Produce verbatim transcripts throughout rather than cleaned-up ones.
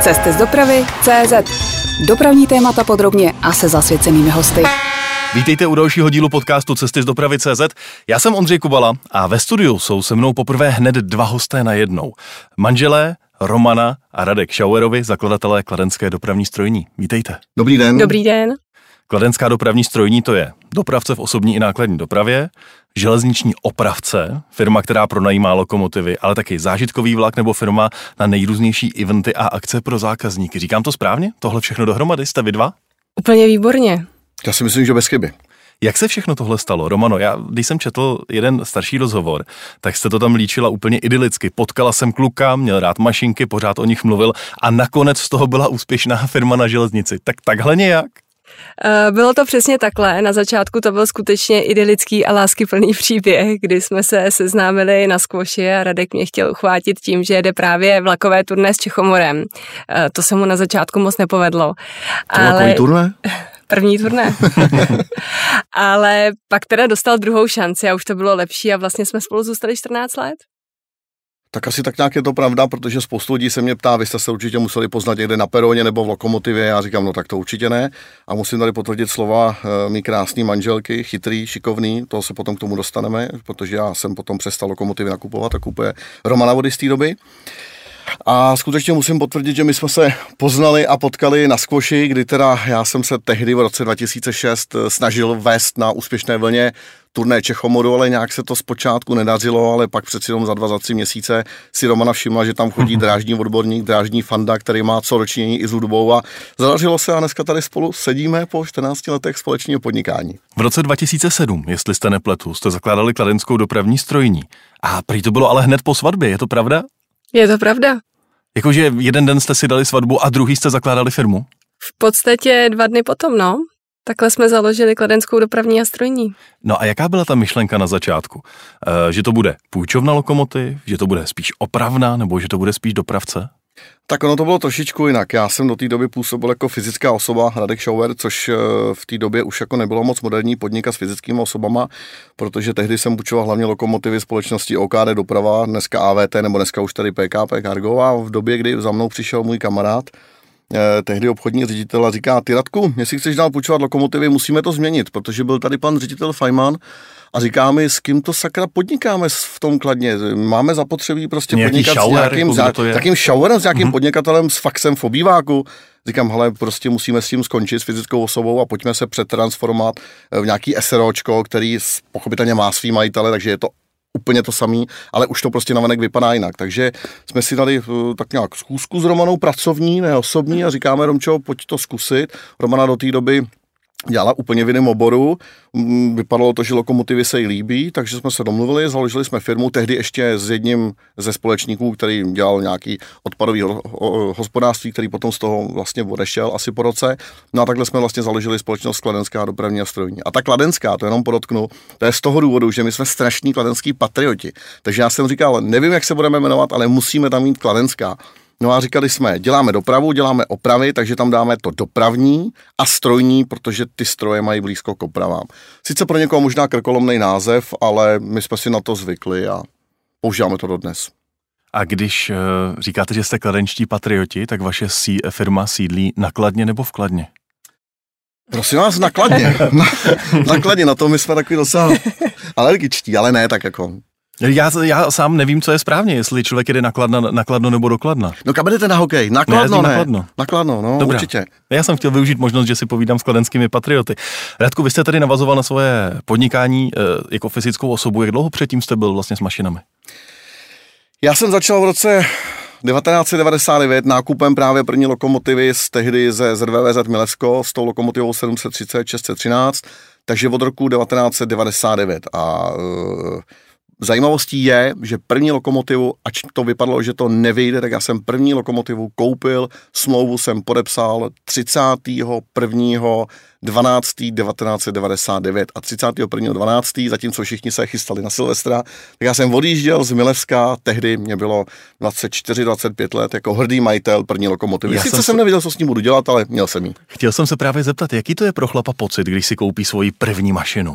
Cesty z dopravy tečka cé zet. Dopravní témata podrobně a se zasvěcenými hosty. Vítejte u dalšího dílu podcastu Cesty z dopravy tečka cé zet. Já jsem Ondřej Kubala a ve studiu jsou se mnou poprvé hned dva hosté na jednou. Manželé Romana a Radek Schauerovi, zakladatelé Kladenské dopravní strojní. Vítejte. Dobrý den. Dobrý den. Kladenská dopravní strojní, to je dopravce v osobní i nákladní dopravě, železniční opravce, firma, která pronajímá lokomotivy, ale taky zážitkový vlak nebo firma na nejrůznější eventy a akce pro zákazníky. Říkám to správně? Tohle všechno dohromady? Jste vy dva? Úplně výborně. Já si myslím, že bez chyby. Jak se všechno tohle stalo? Romano, já, když jsem četl jeden starší rozhovor, tak jste to tam líčila úplně idylicky. Potkala jsem kluka, měl rád mašinky, pořád o nich mluvil a nakonec z toho byla úspěšná firma na železnici. Tak takhle nějak? Bylo to přesně takhle. Na začátku to byl skutečně idylický a láskyplný příběh, kdy jsme se seznámili na skvoši a Radek mě chtěl uchvátit tím, že jede právě vlakové turné s Čechomorem. To se mu na začátku moc nepovedlo. To vlakový turné? První turné. Ale pak teda dostal druhou šanci a už to bylo lepší a vlastně jsme spolu zůstali čtrnáct let. Tak asi tak nějak je to pravda, protože spoustu lidí se mě ptá, vy jste se určitě museli poznat někde na peroně nebo v lokomotivě, já říkám, no tak to určitě ne. A musím tady potvrdit slova e, mý krásný manželky, chytrý, šikovný, toho se potom k tomu dostaneme, protože já jsem potom přestal lokomotivy nakupovat a kupuje Romana vody z té doby. A skutečně musím potvrdit, že my jsme se poznali a potkali na skvoši, kdy teda já jsem se tehdy v roce dva tisíce šest snažil vést na úspěšné vlně turné Čechomoru, ale nějak se to zpočátku nedařilo, ale pak přeci jenom za dva, za tři měsíce si Romana všimla, že tam chodí drážní odborník, drážní fanda, který má co ročnění i s hudbou a zadařilo se a dneska tady spolu sedíme po čtrnácti letech společného podnikání. V roce dva tisíce sedm, jestli jste nepletu, jste zakládali Kladenskou dopravní strojní. A prý to bylo ale hned po svatbě, je to pravda? Je to pravda. Jakože jeden den jste si dali svatbu a druhý jste zakládali firmu? V podstatě dva dny potom, no. Takhle jsme založili Kladenskou dopravní a strojní. No a jaká byla ta myšlenka na začátku? E, že to bude půjčovna lokomotiv, že to bude spíš opravna, nebo že to bude spíš dopravce? Tak ono to bylo trošičku jinak. Já jsem do té doby působil jako fyzická osoba, Radek Schauer, což v té době už jako nebylo moc moderní podnikat s fyzickými osobama, protože tehdy jsem půjčoval hlavně lokomotivy společnosti O K D Doprava, dneska A V T nebo dneska už tady P K P Cargo, a v době, kdy za mnou přišel můj kamarád, tehdy obchodní ředitel, a říká: ty Radku, jestli chceš dál půjčovat lokomotivy, musíme to změnit, protože byl tady pan ředitel Fajman a říká mi, s kým to sakra podnikáme v tom Kladně. Máme zapotřebí prostě nějaký podnikat šauer, s nějakým, za, takým šauerem, s nějakým mm-hmm. podnikatelem, s faxem v obýváku. Říkám, hele, prostě musíme s tím skončit, s fyzickou osobou, a pojďme se přetransformovat v nějaký SROčko, který pochopitelně má svý majitele, takže je to úplně to samý, ale už to prostě navenek vypadá jinak. Takže jsme si dali uh, tak nějak zkoušku s Romanou, pracovní, ne osobní, a říkáme: Romčo, pojď to zkusit. Romana do té doby dělala úplně v jiném oboru, vypadalo to, že lokomotivy se jí líbí, takže jsme se domluvili, založili jsme firmu, tehdy ještě s jedním ze společníků, který dělal nějaký odpadový hospodářství, který potom z toho vlastně odešel asi po roce. No a takhle jsme vlastně založili společnost Kladenská dopravní a strojní. A ta Kladenská, to jenom podotknu, to je z toho důvodu, že my jsme strašní kladenský patrioti. Takže já jsem říkal, nevím, jak se budeme jmenovat, ale musíme tam mít Kladenská. No a říkali jsme, děláme dopravu, děláme opravy, takže tam dáme to dopravní a strojní, protože ty stroje mají blízko k opravám. Sice pro někoho možná krkolomný název, ale my jsme si na to zvykli a používáme to dodnes. A když uh, říkáte, že jste kladenští patrioti, tak vaše sí, firma sídlí na Kladně nebo v Kladně? Prosím vás, na Kladně. na, na Kladně, na to my jsme takový docela alergičtí, ale ne tak jako... Já, já sám nevím, co je správně, jestli člověk jede na Kladno, na Kladno nebo do Kladna. No kam jdete na hokej? Na Kladno, ne? Na Kladno. Na Kladno, no. Dobrá. Určitě. Já jsem chtěl využít možnost, že si povídám s kladenskými patrioty. Radku, vy jste tady navazoval na svoje podnikání e, jako fyzickou osobu. Jak dlouho předtím jste byl vlastně s mašinami? Já jsem začal v roce devatenáct set devadesát devět nákupem právě první lokomotivy z tehdy ze Z V V Z Milevsko s tou lokomotivou sedm set třicet šest set třináct, takže od roku devatenáct set devadesát devět. A e, zajímavostí je, že první lokomotivu, ač to vypadalo, že to nevyjde, tak já jsem první lokomotivu koupil, smlouvu jsem podepsal třicátého prvního dvanáctého devatenáct set devadesát devět a třicátého prvního dvanáctého zatímco všichni se chystali na Silvestra, tak já jsem odjížděl z Milevska, tehdy mě bylo dvacet čtyři dvacet pět let, jako hrdý majitel první lokomotivy. Já Sice jsem, jsem nevěděl, co s ní budu dělat, ale měl jsem ji. Chtěl jsem se právě zeptat, jaký to je pro chlapa pocit, když si koupí svoji první mašinu?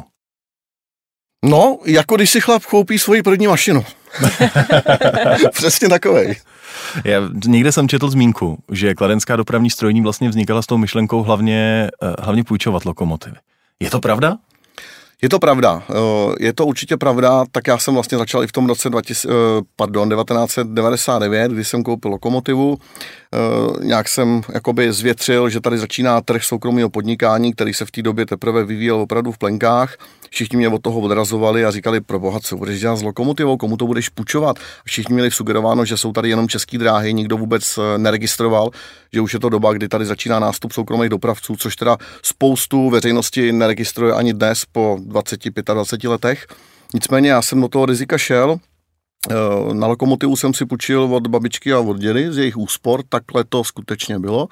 No, jako když si chlap koupí svoji první mašinu. Přesně takovej. Já, někde jsem četl zmínku, že kladenská dopravní strojní vlastně vznikala s tou myšlenkou hlavně, hlavně půjčovat lokomotivy. Je to pravda? Je to pravda, je to určitě pravda, tak já jsem vlastně začal i v tom roce dvacet, pardon, devatenáct set devadesát devět, kdy jsem koupil lokomotivu. Nějak jsem jakoby zvětřil, že tady začíná trh soukromého podnikání, který se v té době teprve vyvíjel opravdu v plenkách. Všichni mě od toho odrazovali a říkali, pro boha, co budeš dělat s lokomotivou, komu to budeš půjčovat. Všichni měli sugerováno, že jsou tady jenom české dráhy, nikdo vůbec neregistroval, že už je to doba, kdy tady začíná nástup soukromých dopravců, což teda spoustu veřejnosti neregistruje ani dnes po dvacet dvacet pět letech. Nicméně já jsem do toho rizika šel. Na lokomotivu jsem si půjčil od babičky a od dědy z jejich úspor, takhle to skutečně bylo.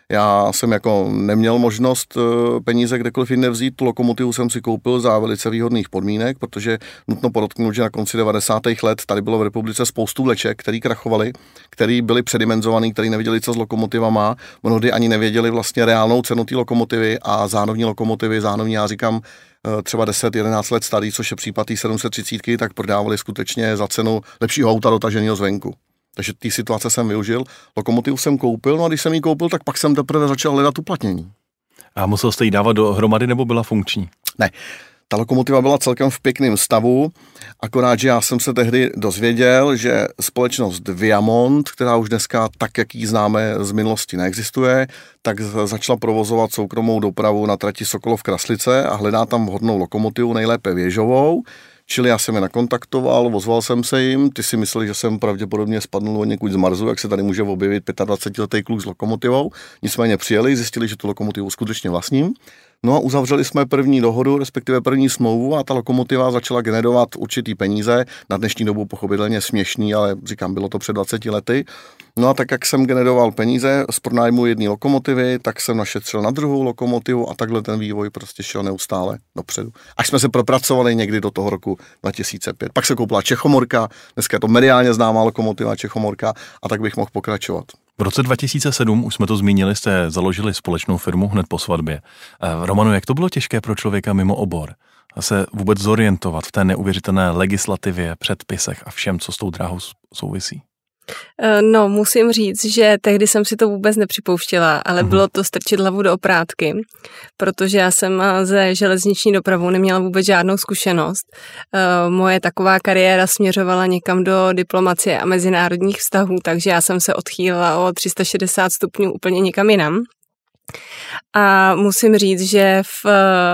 Já jsem jako neměl možnost peníze kdekoliv jinde vzít, tu lokomotivu jsem si koupil za velice výhodných podmínek, protože nutno podotknout, že na konci devadesátých let tady bylo v republice spoustu vleček, který krachovaly, který byli předimenzovaný, který nevěděli, co z lokomotiva má, mnohdy ani nevěděli vlastně reálnou cenu té lokomotivy a zánovní lokomotivy, zánovní, já říkám, třeba deset jedenáct let starý, což je případ té sedm set třicet, tak prodávali skutečně za cenu lepšího auta dotaženého zvenku. Takže té situace jsem využil, lokomotivu jsem koupil, no a když jsem ji koupil, tak pak jsem teprve začal hledat uplatnění. A musel jste ji dávat dohromady nebo byla funkční? Ne, ta lokomotiva byla celkem v pěkném stavu, akorát, že já jsem se tehdy dozvěděl, že společnost Viamont, která už dneska tak, jak ji známe z minulosti, neexistuje, tak začala provozovat soukromou dopravu na trati Sokolov-Kraslice a hledá tam vhodnou lokomotivu, nejlépe věžovou. Čili já jsem je nakontaktoval, ozval jsem se jim, ty si mysleli, že jsem pravděpodobně spadnul od někud z Marsu, jak se tady může objevit dvacetipětiletý kluk s lokomotivou. Nicméně přijeli, zjistili, že tu lokomotivu skutečně vlastním. No a uzavřeli jsme první dohodu, respektive první smlouvu a ta lokomotiva začala generovat určitý peníze, na dnešní dobu pochopitelně směšný, ale říkám, bylo to před dvaceti lety. No a tak, jak jsem generoval peníze z pronájmu jedné lokomotivy, tak jsem našetřil na druhou lokomotivu a takhle ten vývoj prostě šel neustále dopředu. Až jsme se propracovali někdy do toho roku dva tisíce pět. Pak se koupila Čechomorka, dneska je to mediálně známá lokomotiva Čechomorka a tak bych mohl pokračovat. V roce dva tisíce sedm, už jsme to zmínili, jste založili společnou firmu hned po svatbě. Romano, jak to bylo těžké pro člověka mimo obor? Se vůbec zorientovat v té neuvěřitelné legislativě, předpisech a všem, co s tou dráhou souvisí? No, musím říct, že tehdy jsem si to vůbec nepřipouštěla, ale bylo to strčit hlavu do oprátky, protože já jsem ze železniční dopravou neměla vůbec žádnou zkušenost. Moje taková kariéra směřovala někam do diplomacie a mezinárodních vztahů, takže já jsem se odchýlila o tři sta šedesát stupňů úplně někam jinam. A musím říct, že v,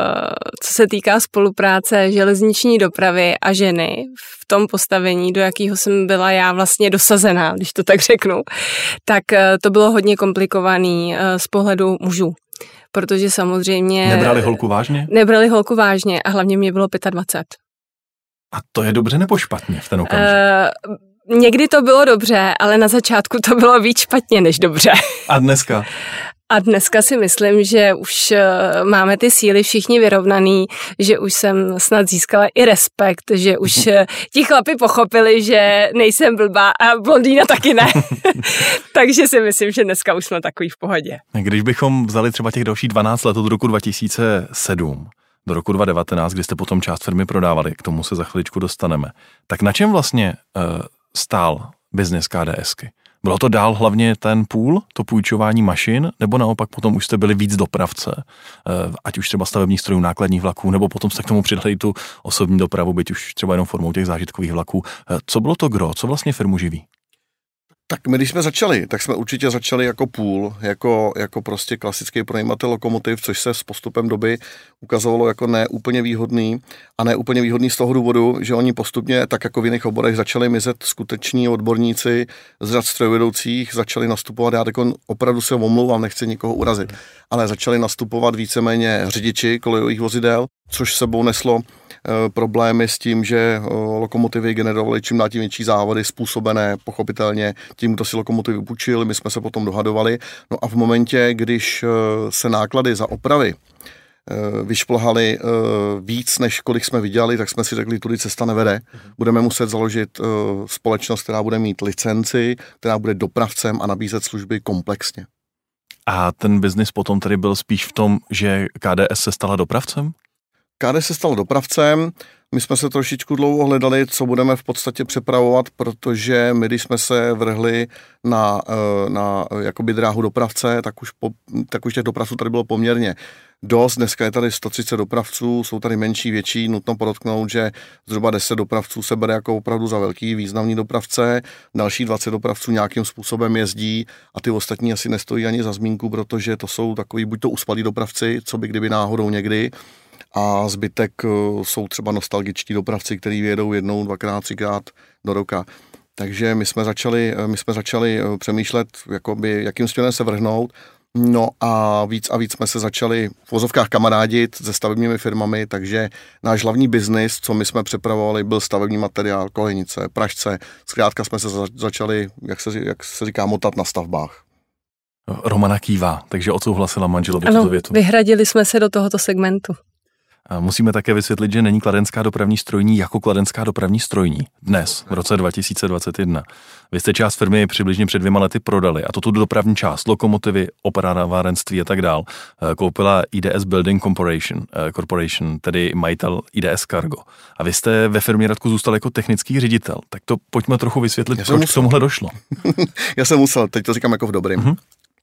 co se týká spolupráce železniční dopravy a ženy, v tom postavení, do jakého jsem byla já vlastně dosazená, když to tak řeknu, tak to bylo hodně komplikovaný z pohledu mužů. Protože samozřejmě... Nebrali holku vážně? Nebrali holku vážně a hlavně mě bylo dvacet pět. A to je dobře nebo špatně v ten okamžik? Uh, někdy to bylo dobře, ale na začátku to bylo víc špatně než dobře. A dneska? A dneska si myslím, že už máme ty síly všichni vyrovnaný, že už jsem snad získala i respekt, že už ti chlapi pochopili, že nejsem blbá a blondýna taky ne. Takže si myslím, že dneska už jsme takový v pohodě. Když bychom vzali třeba těch dalších dvanáct let od roku dva tisíce sedm do roku dva tisíce devatenáct, kdy jste potom část firmy prodávali, k tomu se za chviličku dostaneme, tak na čem vlastně uh, stál biznis KDSky? Bylo to dál hlavně ten půl, to půjčování mašin, nebo naopak potom už jste byli víc dopravce, ať už třeba stavebních strojů, nákladních vlaků, nebo potom jste k tomu přidali tu osobní dopravu, byť už třeba jenom formou těch zážitkových vlaků. Co bylo to gro? Co vlastně firmu živí? Tak my, když jsme začali, tak jsme určitě začali jako půl, jako, jako prostě klasický pronajímatel lokomotiv, což se s postupem doby ukazovalo jako neúplně výhodný a neúplně výhodný z toho důvodu, že oni postupně, tak jako v jiných oborech, začali mizet skuteční odborníci z řad strojvedoucích, začali nastupovat, já teď opravdu se omlouvám, nechci nikoho urazit, ale začali nastupovat víceméně řidiči kolejových vozidel, což sebou neslo e, problémy s tím, že e, lokomotivy generovaly čím dál tím větší závady způsobené pochopitelně tím, kdo si lokomotivy půjčil, my jsme se potom dohadovali. No a v momentě, když e, se náklady za opravy e, vyšplhaly e, víc, než kolik jsme vydělali, tak jsme si řekli, tudy cesta nevede. Budeme muset založit e, společnost, která bude mít licenci, která bude dopravcem a nabízet služby komplexně. A ten biznis potom tedy byl spíš v tom, že K D S se stala dopravcem? K D S se stalo dopravcem, My jsme se trošičku dlouho hledali, co budeme v podstatě přepravovat, protože my, když jsme se vrhli na, na jakoby dráhu dopravce, tak už, po, tak už těch dopravců tady bylo poměrně dost. Dneska je tady sto třicet dopravců, jsou tady menší, větší. Nutno podotknout, že zhruba deset dopravců se bere jako opravdu za velký významný dopravce, další dvacet dopravců nějakým způsobem jezdí a ty ostatní asi nestojí ani za zmínku, protože to jsou takový buď to uspalí dopravci, co by kdyby náhodou někdy, a zbytek jsou třeba nostalgičtí dopravci, kteří vyjedou jednou, dvakrát, třikrát do roka. Takže my jsme začali, my jsme začali přemýšlet, jakoby, jakým směrem se vrhnout. No a víc a víc jsme se začali v vozovkách kamarádit se stavebními firmami, takže náš hlavní biznis, co my jsme přepravovali, byl stavební materiál, kolejnice, pražce. Zkrátka jsme se začali, jak se, jak se říká, motat na stavbách. Romana kývá, takže odsouhlasila manželovi tuto větu. Vyhradili jsme se do tohoto segmentu. A musíme také vysvětlit, že není Kladenská dopravní strojní jako Kladenská dopravní strojní. Dnes, v roce dva tisíce dvacet jedna. Vy jste část firmy přibližně před dvěma lety prodali a toto dopravní část, lokomotivy, operárenství a tak dál, koupila I D S Building Corporation, Corporation, tedy majitel I D S Cargo. A vy jste ve firmě, Radku, zůstal jako technický ředitel. Tak to pojďme trochu vysvětlit, proč k tomuhle došlo. Já jsem musel, teď to říkám jako v dobrým. Mm-hmm.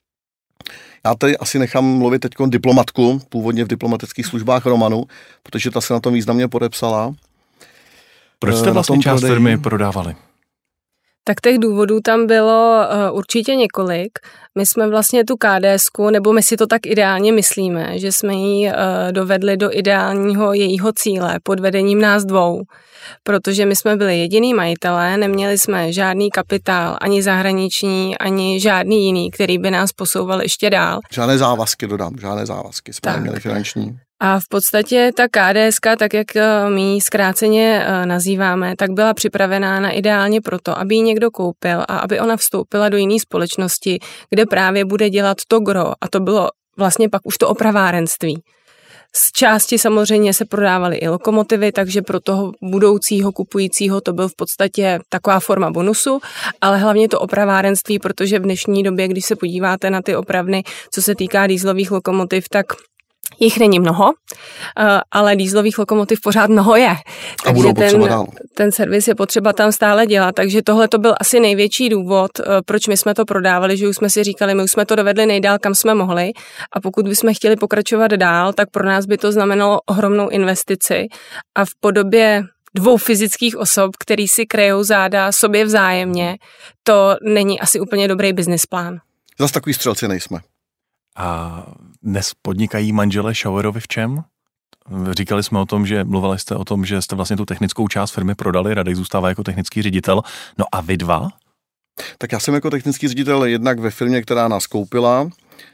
Já tady asi nechám mluvit teď diplomatku, původně v diplomatických službách Romanu, protože ta se na tom významně podepsala. Proč jste vlastně část prodej... firmy prodávali? Tak těch důvodů tam bylo uh, určitě několik. My jsme vlastně tu KDSku, nebo my si to tak ideálně myslíme, že jsme ji uh, dovedli do ideálního jejího cíle pod vedením nás dvou. Protože my jsme byli jediný majitelé, neměli jsme žádný kapitál, ani zahraniční, ani žádný jiný, který by nás posouval ještě dál. Žádné závazky, dodám, žádné závazky jsme tak. neměli finanční. A v podstatě ta KDSka, tak jak my ji zkráceně nazýváme, tak byla připravená na ideálně proto, aby ji někdo koupil a aby ona vstoupila do jiné společnosti, kde právě bude dělat to gro. A to bylo vlastně pak už to opravárenství. Z části samozřejmě se prodávaly i lokomotivy, takže pro toho budoucího kupujícího to byl v podstatě taková forma bonusu, ale hlavně to opravárenství, protože v dnešní době, když se podíváte na ty opravny, co se týká dieselových lokomotiv, tak jich není mnoho, ale dieselových lokomotiv pořád mnoho je. A budou potřeba dál. Ten servis je potřeba tam stále dělat, takže tohle to byl asi největší důvod, proč my jsme to prodávali, že už jsme si říkali, my už jsme to dovedli nejdál, kam jsme mohli, a pokud bychom chtěli pokračovat dál, tak pro nás by to znamenalo ohromnou investici a v podobě dvou fyzických osob, který si krejou záda sobě vzájemně, to není asi úplně dobrý business plán. Zas takový střelci nejsme. A dnes podnikají manželé Schauerovi v čem? Říkali jsme o tom, že mluvili jste o tom, že jste vlastně tu technickou část firmy prodali, Radek zůstává jako technický ředitel. No a vy dva? Tak já jsem jako technický ředitel jednak ve firmě, která nás koupila,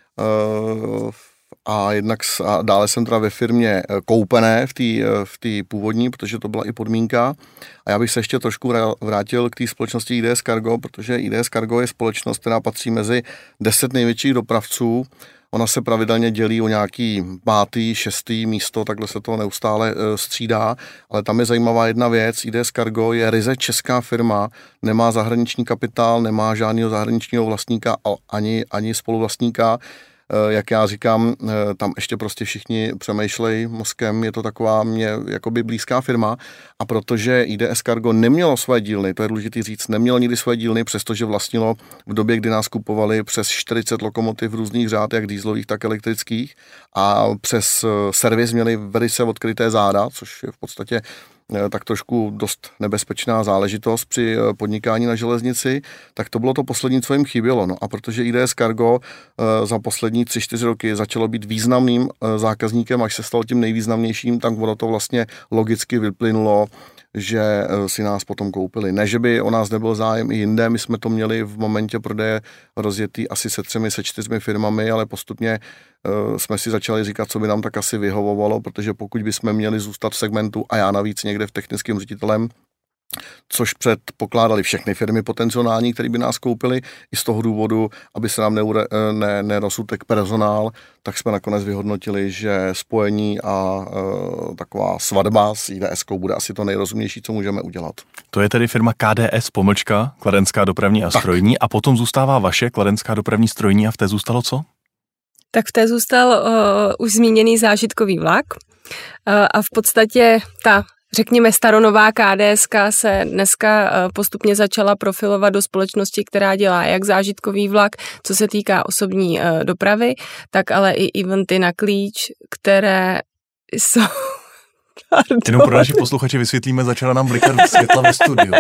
a jednak a dále jsem teda ve firmě koupené v té v té původní, protože to byla i podmínka. A já bych se ještě trošku vrátil k té společnosti I D S Cargo, protože I D S Cargo je společnost, která patří mezi deset největších dopravců. Ona se pravidelně dělí o nějaký pátý, šestý místo, takhle se to neustále střídá, ale tam je zajímavá jedna věc. I D S Cargo je ryze česká firma, nemá zahraniční kapitál, nemá žádného zahraničního vlastníka ani, ani spoluvlastníka. Jak já říkám, tam ještě prostě všichni přemýšlejí mozkem, je to taková mě jakoby blízká firma, a protože I D S Cargo nemělo své dílny, to je důležité říct, nemělo nikdy své dílny, přestože vlastnilo v době, kdy nás kupovali přes čtyřicet lokomotiv různých řád, jak dieselových, tak elektrických, a přes servis měli velice odkryté záda, což je v podstatě tak trošku dost nebezpečná záležitost při podnikání na železnici, tak to bylo to poslední, co jim chybělo. No a protože I D S Cargo za poslední tři čtyři roky začalo být významným zákazníkem, až se stalo tím nejvýznamnějším, tak ono to vlastně logicky vyplynulo, že si nás potom koupili. Ne, že by o nás nebyl zájem i jinde, my jsme to měli v momentě prodeje rozjetý asi se třemi, se čtyřmi firmami, ale postupně uh, jsme si začali říkat, co by nám tak asi vyhovovalo, protože pokud bychom měli zůstat v segmentu a já navíc někde v technickým ředitelem, což předpokládali všechny firmy potenciální, které by nás koupili, i z toho důvodu, aby se nám neure, ne, nerozsutek personál, tak jsme nakonec vyhodnotili, že spojení a e, taková svatba s IDSkou bude asi to nejrozumnější, co můžeme udělat. To je tedy firma K D S pomlčka, Kladenská dopravní a strojní, tak. A potom zůstává vaše Kladenská dopravní strojní, a v té zůstalo co? Tak v té zůstal uh, už zmíněný zážitkový vlak uh, a v podstatě ta řekněme, staronová K D S K se dneska postupně začala profilovat do společnosti, která dělá jak zážitkový vlak, co se týká osobní dopravy, tak ale i eventy na klíč, které jsou... Jenom pro naši posluchače vysvětlíme, začala nám blikat světla ve studiu.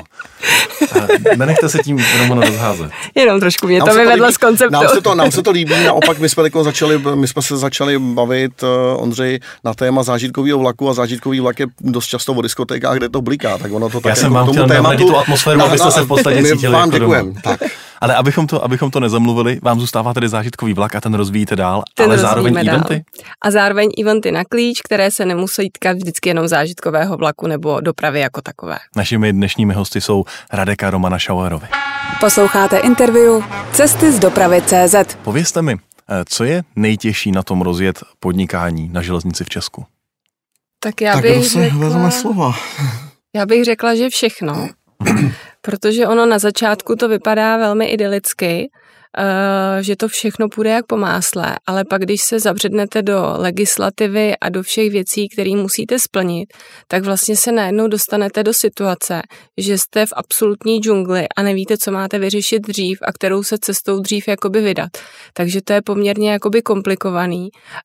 Nenechte se tím Romano rozházet. Jenom trošku mě nám to vyvedlo z konceptu. Nám se to, nám se to líbí, naopak my jsme, začali, my jsme se začali bavit, Ondřej, na téma zážitkového vlaku a zážitkový vlak je dost často o diskotékách, kde to bliká. Tak ono to Já tak jsem vám chtěl navnadit tu atmosféru, na, abyste na, se v podstatě cítili. Vám děkujem. Tak. Ale abychom to, abychom to nezamluvili, vám zůstává tedy zážitkový vlak a ten rozvíjíte dál, ten ale zároveň dál. Eventy? A zároveň eventy na klíč, které se nemusí týkat vždycky jenom zážitkového vlaku nebo dopravy jako takové. Našimi dnešními hosty jsou Radek a Romana Schauerovi. Posloucháte interview Cesty z dopravy tečka cé zet. Povězte mi, co je nejtěžší na tom rozjet podnikání na železnici v Česku? Tak já tak bych řekla... slova. Já bych řekla, že všechno. Protože ono na začátku to vypadá velmi idylicky, že to všechno půjde jak po másle, ale pak, když se zabřednete do legislativy a do všech věcí, které musíte splnit, tak vlastně se najednou dostanete do situace, že jste v absolutní džungli a nevíte, co máte vyřešit dřív a kterou se cestou dřív jakoby vydat. Takže to je poměrně jakoby komplikovaný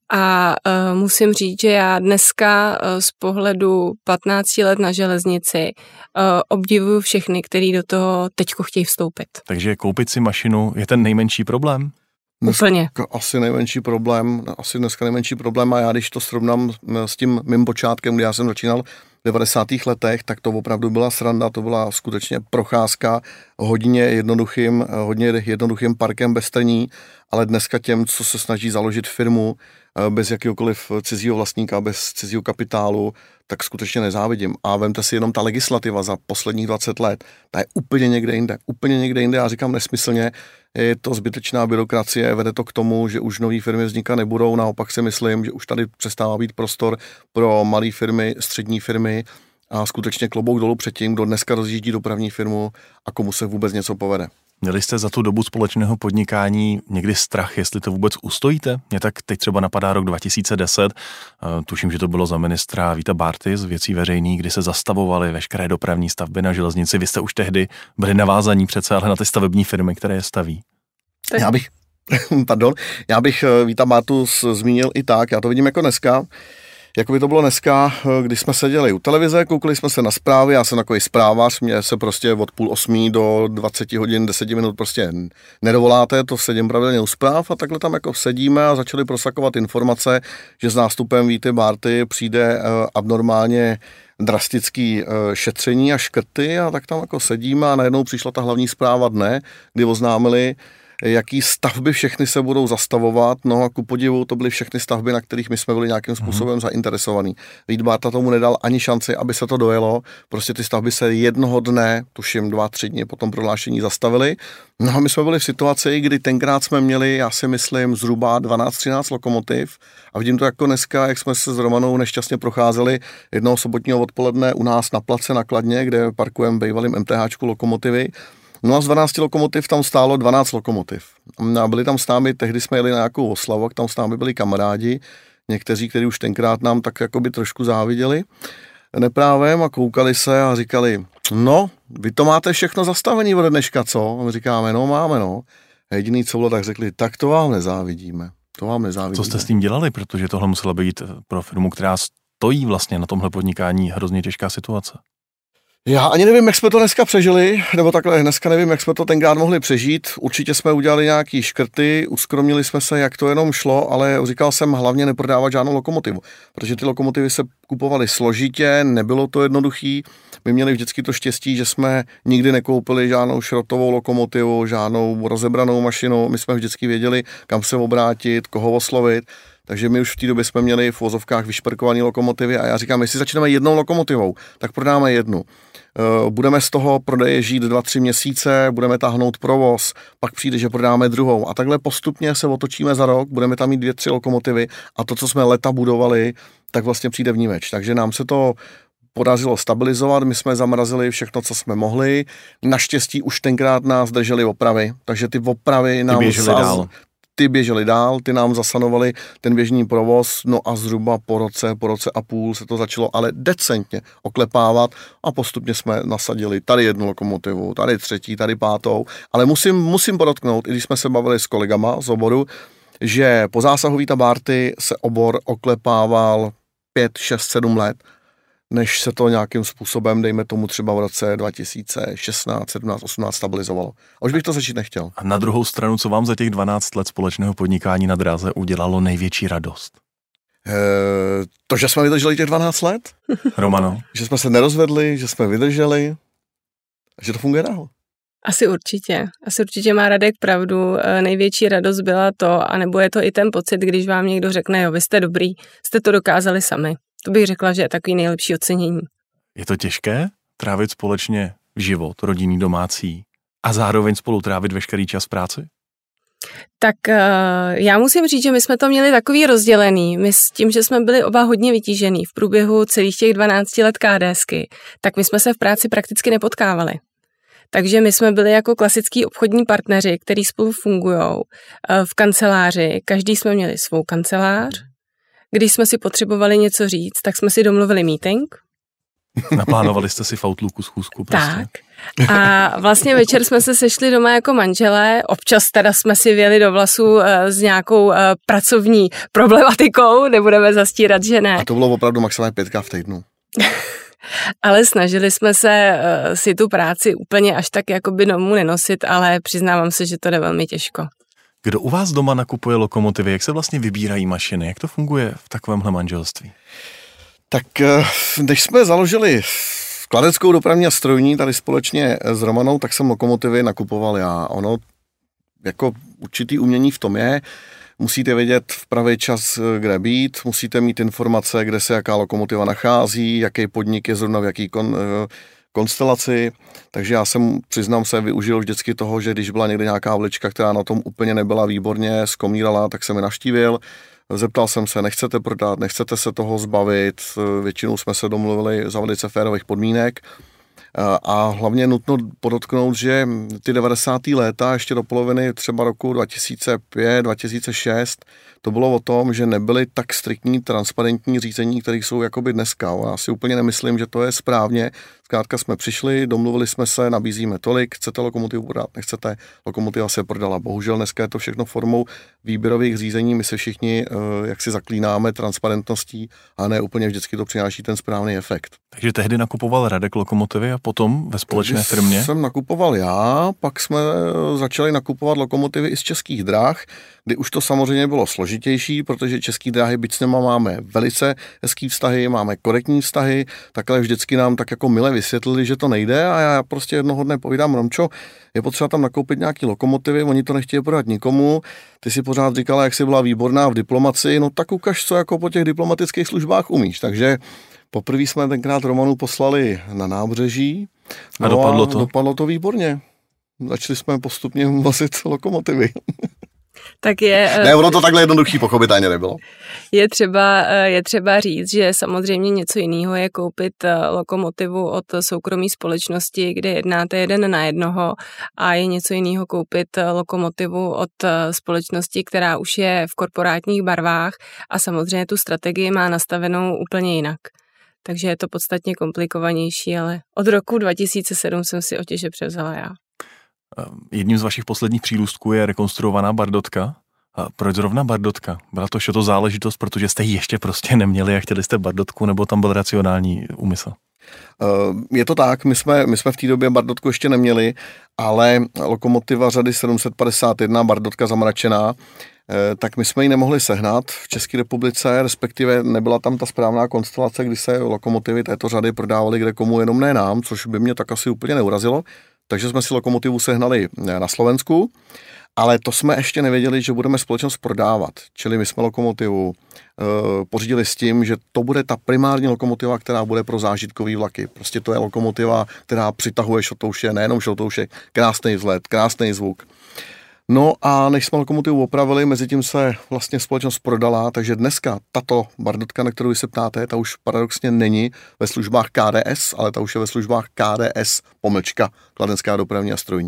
a uh, musím říct, že já dneska uh, z pohledu patnácti let na železnici uh, obdivuju všechny, kteří do toho teďko chtějí vstoupit. Takže koupit si mašinu je ten nejmenší problém? Úplně. Asi nejmenší problém, asi dneska nejmenší problém a já když to srovnám s tím mým počátkem, kdy já jsem začínal v devadesátých letech, tak to opravdu byla sranda, to byla skutečně procházka hodně jednoduchým, hodně jednoduchým parkem bez trní, ale dneska těm, co se snaží založit firmu bez jakéhokoliv cizího vlastníka, bez cizího kapitálu, tak skutečně nezávidím. A vemte si jenom ta legislativa za posledních dvacet let, ta je úplně někde jinde, úplně někde jinde, já říkám nesmyslně, je to zbytečná byrokracie, vede to k tomu, že už nové firmy vznikat nebudou, naopak si myslím, že už tady přestává být prostor pro malé firmy, střední firmy a skutečně klobouk dolů před tím, kdo dneska rozjíždí dopravní firmu a komu se vůbec něco povede. Měli jste za tu dobu společného podnikání někdy strach, jestli to vůbec ustojíte? Mě tak teď třeba napadá rok dva tisíce deset, tuším, že to bylo za ministra Víta Bárty z Věcí veřejných, kdy se zastavovaly veškeré dopravní stavby na železnici. Vy jste už tehdy byli navázaní přece ale na ty stavební firmy, které je staví. Tak. Já bych, pardon, já bych Víta Bártu zmínil i tak, já to vidím jako dneska, jako by to bylo dneska, když jsme seděli u televize, koukali jsme se na zprávy, já jsem takový zprávař, mě se prostě od půl osmí do dvacet hodin, deset minut prostě nedovoláte, to sedím pravidelně u zpráv a takhle tam jako sedíme a začali prosakovat informace, že s nástupem Víty Bárty přijde abnormálně drastický šetření a škrty a tak tam jako sedíme a najednou přišla ta hlavní zpráva dne, kdy oznámili, jaký stavby všechny se budou zastavovat, no a ku podivu to byly všechny stavby, na kterých my jsme byli nějakým způsobem mm-hmm. zainteresovaní. Vít Bárta tomu nedal ani šanci, aby se to dojelo, prostě ty stavby se jednoho dne, tuším dva, tři dny po tom prohlášení zastavily, no a my jsme byli v situaci, kdy tenkrát jsme měli, já si myslím, zhruba dvanáct třináct lokomotiv a vidím to jako dneska, jak jsme se s Romanou nešťastně procházeli jednoho sobotního odpoledne u nás na place na Kladně, kde parkujeme bývalým MTHčku lokomotivy. No a z dvanácti lokomotiv tam stálo dvanáct lokomotiv. A byli tam s námi, tehdy jsme jeli na nějakou oslavu, tam s námi byli kamarádi, někteří, kteří už tenkrát nám tak jakoby trošku záviděli neprávem a koukali se a říkali, no, vy to máte všechno zastavený ode dneška, co? A my říkáme, no, máme, no. A jediný, co bylo, tak řekli, tak to vám nezávidíme. To vám nezávidíme. Co jste s tím dělali? Protože tohle musela být pro firmu, která stojí vlastně na tomhle podnikání, hrozně těžká situace. Já ani nevím, jak jsme to dneska přežili, nebo takhle dneska nevím, jak jsme to tenkrát mohli přežít. Určitě jsme udělali nějaký škrty, uskromnili jsme se, jak to jenom šlo, ale říkal jsem hlavně neprodávat žádnou lokomotivu, protože ty lokomotivy se kupovaly složitě, nebylo to jednoduchý. My měli vždycky to štěstí, že jsme nikdy nekoupili žádnou šrotovou lokomotivu, žádnou rozebranou mašinu, my jsme vždycky věděli, kam se obrátit, koho oslovit. Takže my už v té době jsme měli v vozovkách vyšperkované lokomotivy a já říkám, jestli začneme jednou lokomotivou, tak prodáme jednu. Budeme z toho prodeje žít dva, tři měsíce, budeme táhnout provoz, pak přijde, že prodáme druhou. A takhle postupně se otočíme za rok, budeme tam mít dvě, tři lokomotivy a to, co jsme leta budovali, tak vlastně přijde vníveč. Takže nám se to podařilo stabilizovat, my jsme zamrazili všechno, co jsme mohli. Naštěstí už tenkrát nás drželi opravy, takže ty opravy nám běžely dál. ty běžely dál, ty nám zasanovali ten běžný provoz, no a zhruba po roce, po roce a půl se to začalo ale decentně oklepávat a postupně jsme nasadili tady jednu lokomotivu, tady třetí, tady pátou, ale musím, musím podotknout, i když jsme se bavili s kolegama z oboru, že po zásahu Víta Bárty se obor oklepával pět, šest, sedm let, než se to nějakým způsobem, dejme tomu třeba v roce dva tisíce šestnáct, sedmnáct, osmnáct stabilizovalo. A už bych to začít nechtěl. A na druhou stranu, co vám za těch dvanáct let společného podnikání na dráze udělalo největší radost? E, to, že jsme vydrželi těch dvanáct let? Romano? Že jsme se nerozvedli, že jsme vydrželi, že to funguje dál. Asi určitě. Asi určitě má Radek pravdu. Největší radost byla to, anebo je to i ten pocit, když vám někdo řekne, jo, vy jste dobrý, jste to dokázali sami. To bych řekla, že je takový nejlepší ocenění. Je to těžké trávit společně život, rodinný, domácí a zároveň spolu trávit veškerý čas práci? Tak já musím říct, že my jsme to měli takový rozdělený. My s tím, že jsme byli oba hodně vytížený v průběhu celých těch dvanácti let KDSky, tak my jsme se v práci prakticky nepotkávali. Takže my jsme byli jako klasický obchodní partneři, kteří spolu fungujou v kanceláři. Každý jsme měli svou kancelář. Když jsme si potřebovali něco říct, tak jsme si domluvili meeting. Naplánovali jste si v Outlooku schůzku prostě. Tak. A vlastně večer jsme se sešli doma jako manželé. Občas teda jsme si vjeli do vlasů s nějakou pracovní problematikou, nebudeme zastírat, že ne. A to bylo opravdu maximálně pětka v týdnu. Ale snažili jsme se uh, si tu práci úplně až tak jakoby domů nenosit, ale přiznávám se, že to jde velmi těžko. Kdo u vás doma nakupuje lokomotivy? Jak se vlastně vybírají mašiny? Jak to funguje v takovémhle manželství? Tak když jsme založili Kladeckou dopravní a strojní tady společně s Romanou, tak jsem lokomotivy nakupoval já. Ono jako určitý umění v tom je, musíte vědět v pravý čas, kde být, musíte mít informace, kde se jaká lokomotiva nachází, jaký podnik je zrovna v jaký kon, konstelaci, takže já jsem, přiznám se, využil vždycky toho, že když byla někde nějaká vlička, která na tom úplně nebyla výborně, zkomírala, tak jsem ji navštívil, zeptal jsem se, nechcete prodat, nechcete se toho zbavit, většinou jsme se domluvili za velice férových podmínek. A hlavně nutno podotknout, že ty devadesátá léta, ještě do poloviny třeba roku dva tisíce pět, dva tisíce šest, to bylo o tom, že nebyly tak striktní, transparentní řízení, které jsou jakoby dneska. Já si úplně nemyslím, že to je správně. Zkrátka jsme přišli, domluvili jsme se, nabízíme tolik, chcete lokomotivu prodat, nechcete, lokomotiva se prodala. Bohužel dneska je to všechno formou výběrových řízení, my se všichni jak si zaklínáme transparentností a ne úplně vždycky to přináší ten správný efekt. Takže tehdy nakupoval Radek lokomotivy a potom ve společné Takže firmě? Jsem nakupoval já, pak jsme začali nakupovat lokomotivy i z Českých drah, kdy už to samozřejmě bylo složitější, protože Český dráhy, byť s něma máme velice hezký vztahy, máme korektní vztahy, takhle vždycky nám tak jako mile vysvětlili, že to nejde a já prostě jednoho dne povídám, Romčo, je potřeba tam nakoupit nějaký lokomotivy, oni to nechtějí prodat nikomu, ty si pořád říkala, jak jsi byla výborná v diplomaci, no tak ukaž, co jako po těch diplomatických službách umíš, takže poprvé jsme tenkrát Romanu poslali na nábřeží. No a dopadlo a to? Dopadlo to výborně. Začali jsme postupně vozit lokomotivy. Tak je, ne, ono to takhle jednoduchý pochopitelně nebylo. Je třeba, je třeba říct, že samozřejmě něco jiného je koupit lokomotivu od soukromé společnosti, kde jednáte jeden na jednoho, a je něco jiného koupit lokomotivu od společnosti, která už je v korporátních barvách a samozřejmě tu strategii má nastavenou úplně jinak. Takže je to podstatně komplikovanější, ale od roku dva tisíce sedm jsem si otěže převzala já. Jedním z vašich posledních přírůstků je rekonstruovaná Bardotka. A proč zrovna Bardotka? Byla to to záležitost, protože jste ji ještě prostě neměli a chtěli jste Bardotku, nebo tam byl racionální úmysl? Je to tak, my jsme, my jsme v té době Bardotku ještě neměli, ale lokomotiva řady sedm set padesát jedna, Bardotka zamračená, tak my jsme ji nemohli sehnat v České republice, respektive nebyla tam ta správná konstelace, kdy se lokomotivy této řady prodávaly kde komu, jenom ne nám, což by mě tak asi úplně neurazilo. Takže jsme si lokomotivu sehnali na Slovensku, ale to jsme ještě nevěděli, že budeme společnost prodávat. Čili my jsme lokomotivu e, pořídili s tím, že to bude ta primární lokomotiva, která bude pro zážitkový vlaky. Prostě to je lokomotiva, která přitahuje šotouše, nejenom šotouše, krásný vzhled, krásný zvuk. No a než jsme lokomotivu opravili, mezi tím se vlastně společnost prodala, takže dneska tato Bardotka, na kterou se ptáte, ta už paradoxně není ve službách K D S, ale ta už je ve službách K D S pomlčka, Kladenská dopravní a strojní.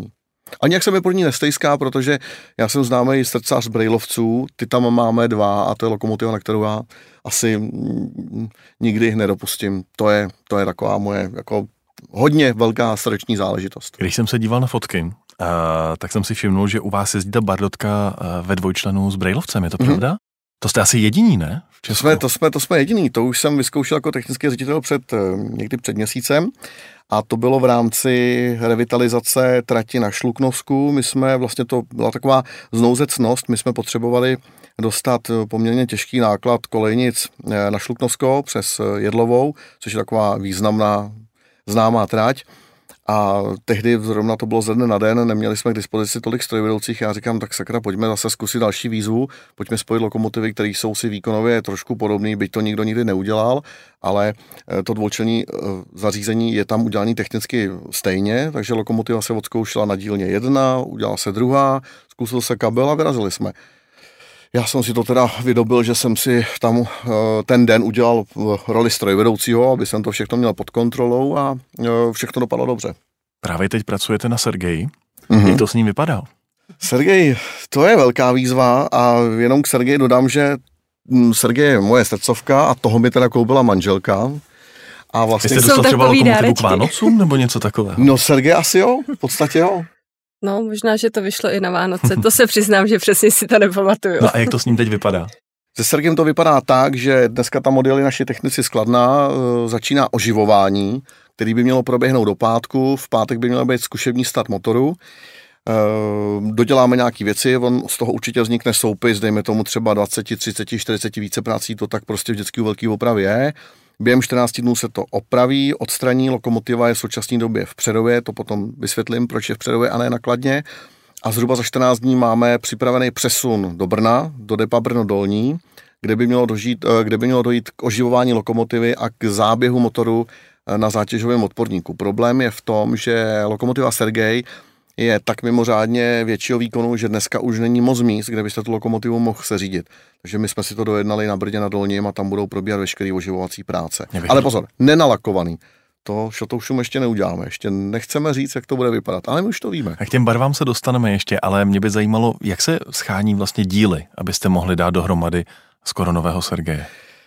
Ani jak se mi pro ní nestejská, protože já jsem známý srdcař brailovců, ty tam máme dva a to je lokomotiva, na kterou já asi nikdy nedopustím. To je, to je taková moje jako hodně velká srdeční záležitost. Když jsem se díval na fotky, uh, tak jsem si všimnul, že u vás jezdí ta bardotka uh, ve dvojčlenu s brailovcem, je to mm-hmm. pravda? To jste asi jediní, ne? To jsme, to, jsme, to jsme jediní, to už jsem vyzkoušel jako technický ředitel před, někdy před měsícem a to bylo v rámci revitalizace trati na Šluknovsku. My jsme vlastně, to byla taková znouzecnost, my jsme potřebovali dostat poměrně těžký náklad kolejnic na Šluknovsko přes Jedlovou, což je taková významná známá trať. A tehdy zrovna to bylo ze dne na den, neměli jsme k dispozici tolik strojvedoucích. Já říkám, tak sakra, pojďme zase zkusit další výzvu, pojďme spojit lokomotivy, které jsou si výkonově trošku podobné, byť to nikdo nikdy neudělal, ale to dvoučlenní zařízení je tam udělané technicky stejně, takže lokomotiva se odzkoušela na dílně jedna, udělala se druhá, zkusil se kabel a vyrazili jsme. Já jsem si to teda vydobil, že jsem si tam ten den udělal roli strojvedoucího, aby jsem to všechno měl pod kontrolou a všechno dopadlo dobře. Právě teď pracujete na Sergeji. Mm-hmm. Jak to s ním vypadá? Sergej, to je velká výzva a jenom k Sergeji dodám, že Sergej je moje srdcovka a toho mi teda koupila manželka. A vlastně jste dostal třeba lokomotivu k Vánocům nebo něco takového? No Sergej asi jo, v podstatě jo. No, možná, že to vyšlo i na Vánoce, to se přiznám, že přesně si to nepamatuju. No a jak to s ním teď vypadá? Se Sergejem to vypadá tak, že dneska ta model je naši technici skladná, začíná oživování, který by mělo proběhnout do pátku, v pátek by měl být zkušební start motoru, doděláme nějaké věci, on z toho určitě vznikne soupis, dejme tomu třeba dvacet, třicet, čtyřicet více prací, to tak prostě vždycky u velký opravy je. Během čtrnácti dnů se to opraví, odstraní, lokomotiva je v současné době v Přerově, to potom vysvětlím, proč je v Přerově a ne na Kladně. A zhruba za čtrnáct dní máme připravený přesun do Brna, do depa Brno Dolní, kde by mělo, dožít, kde by mělo dojít k oživování lokomotivy a k záběhu motoru na zátěžovém odporníku. Problém je v tom, že lokomotiva Sergej je tak mimořádně většího výkonu, že dneska už není moc míst, kde byste tu lokomotivu mohl seřídit. Takže my jsme si to dojednali na Brdě na Dolním a tam budou probíhat veškeré oživovací práce. Ale pozor, nenalakovaný. To šotoušům ještě neuděláme, ještě nechceme říct, jak to bude vypadat, ale my už to víme. A k těm barvám se dostaneme ještě, ale mě by zajímalo, jak se schání vlastně díly, abyste mohli dát dohromady skoro nového Sergeje.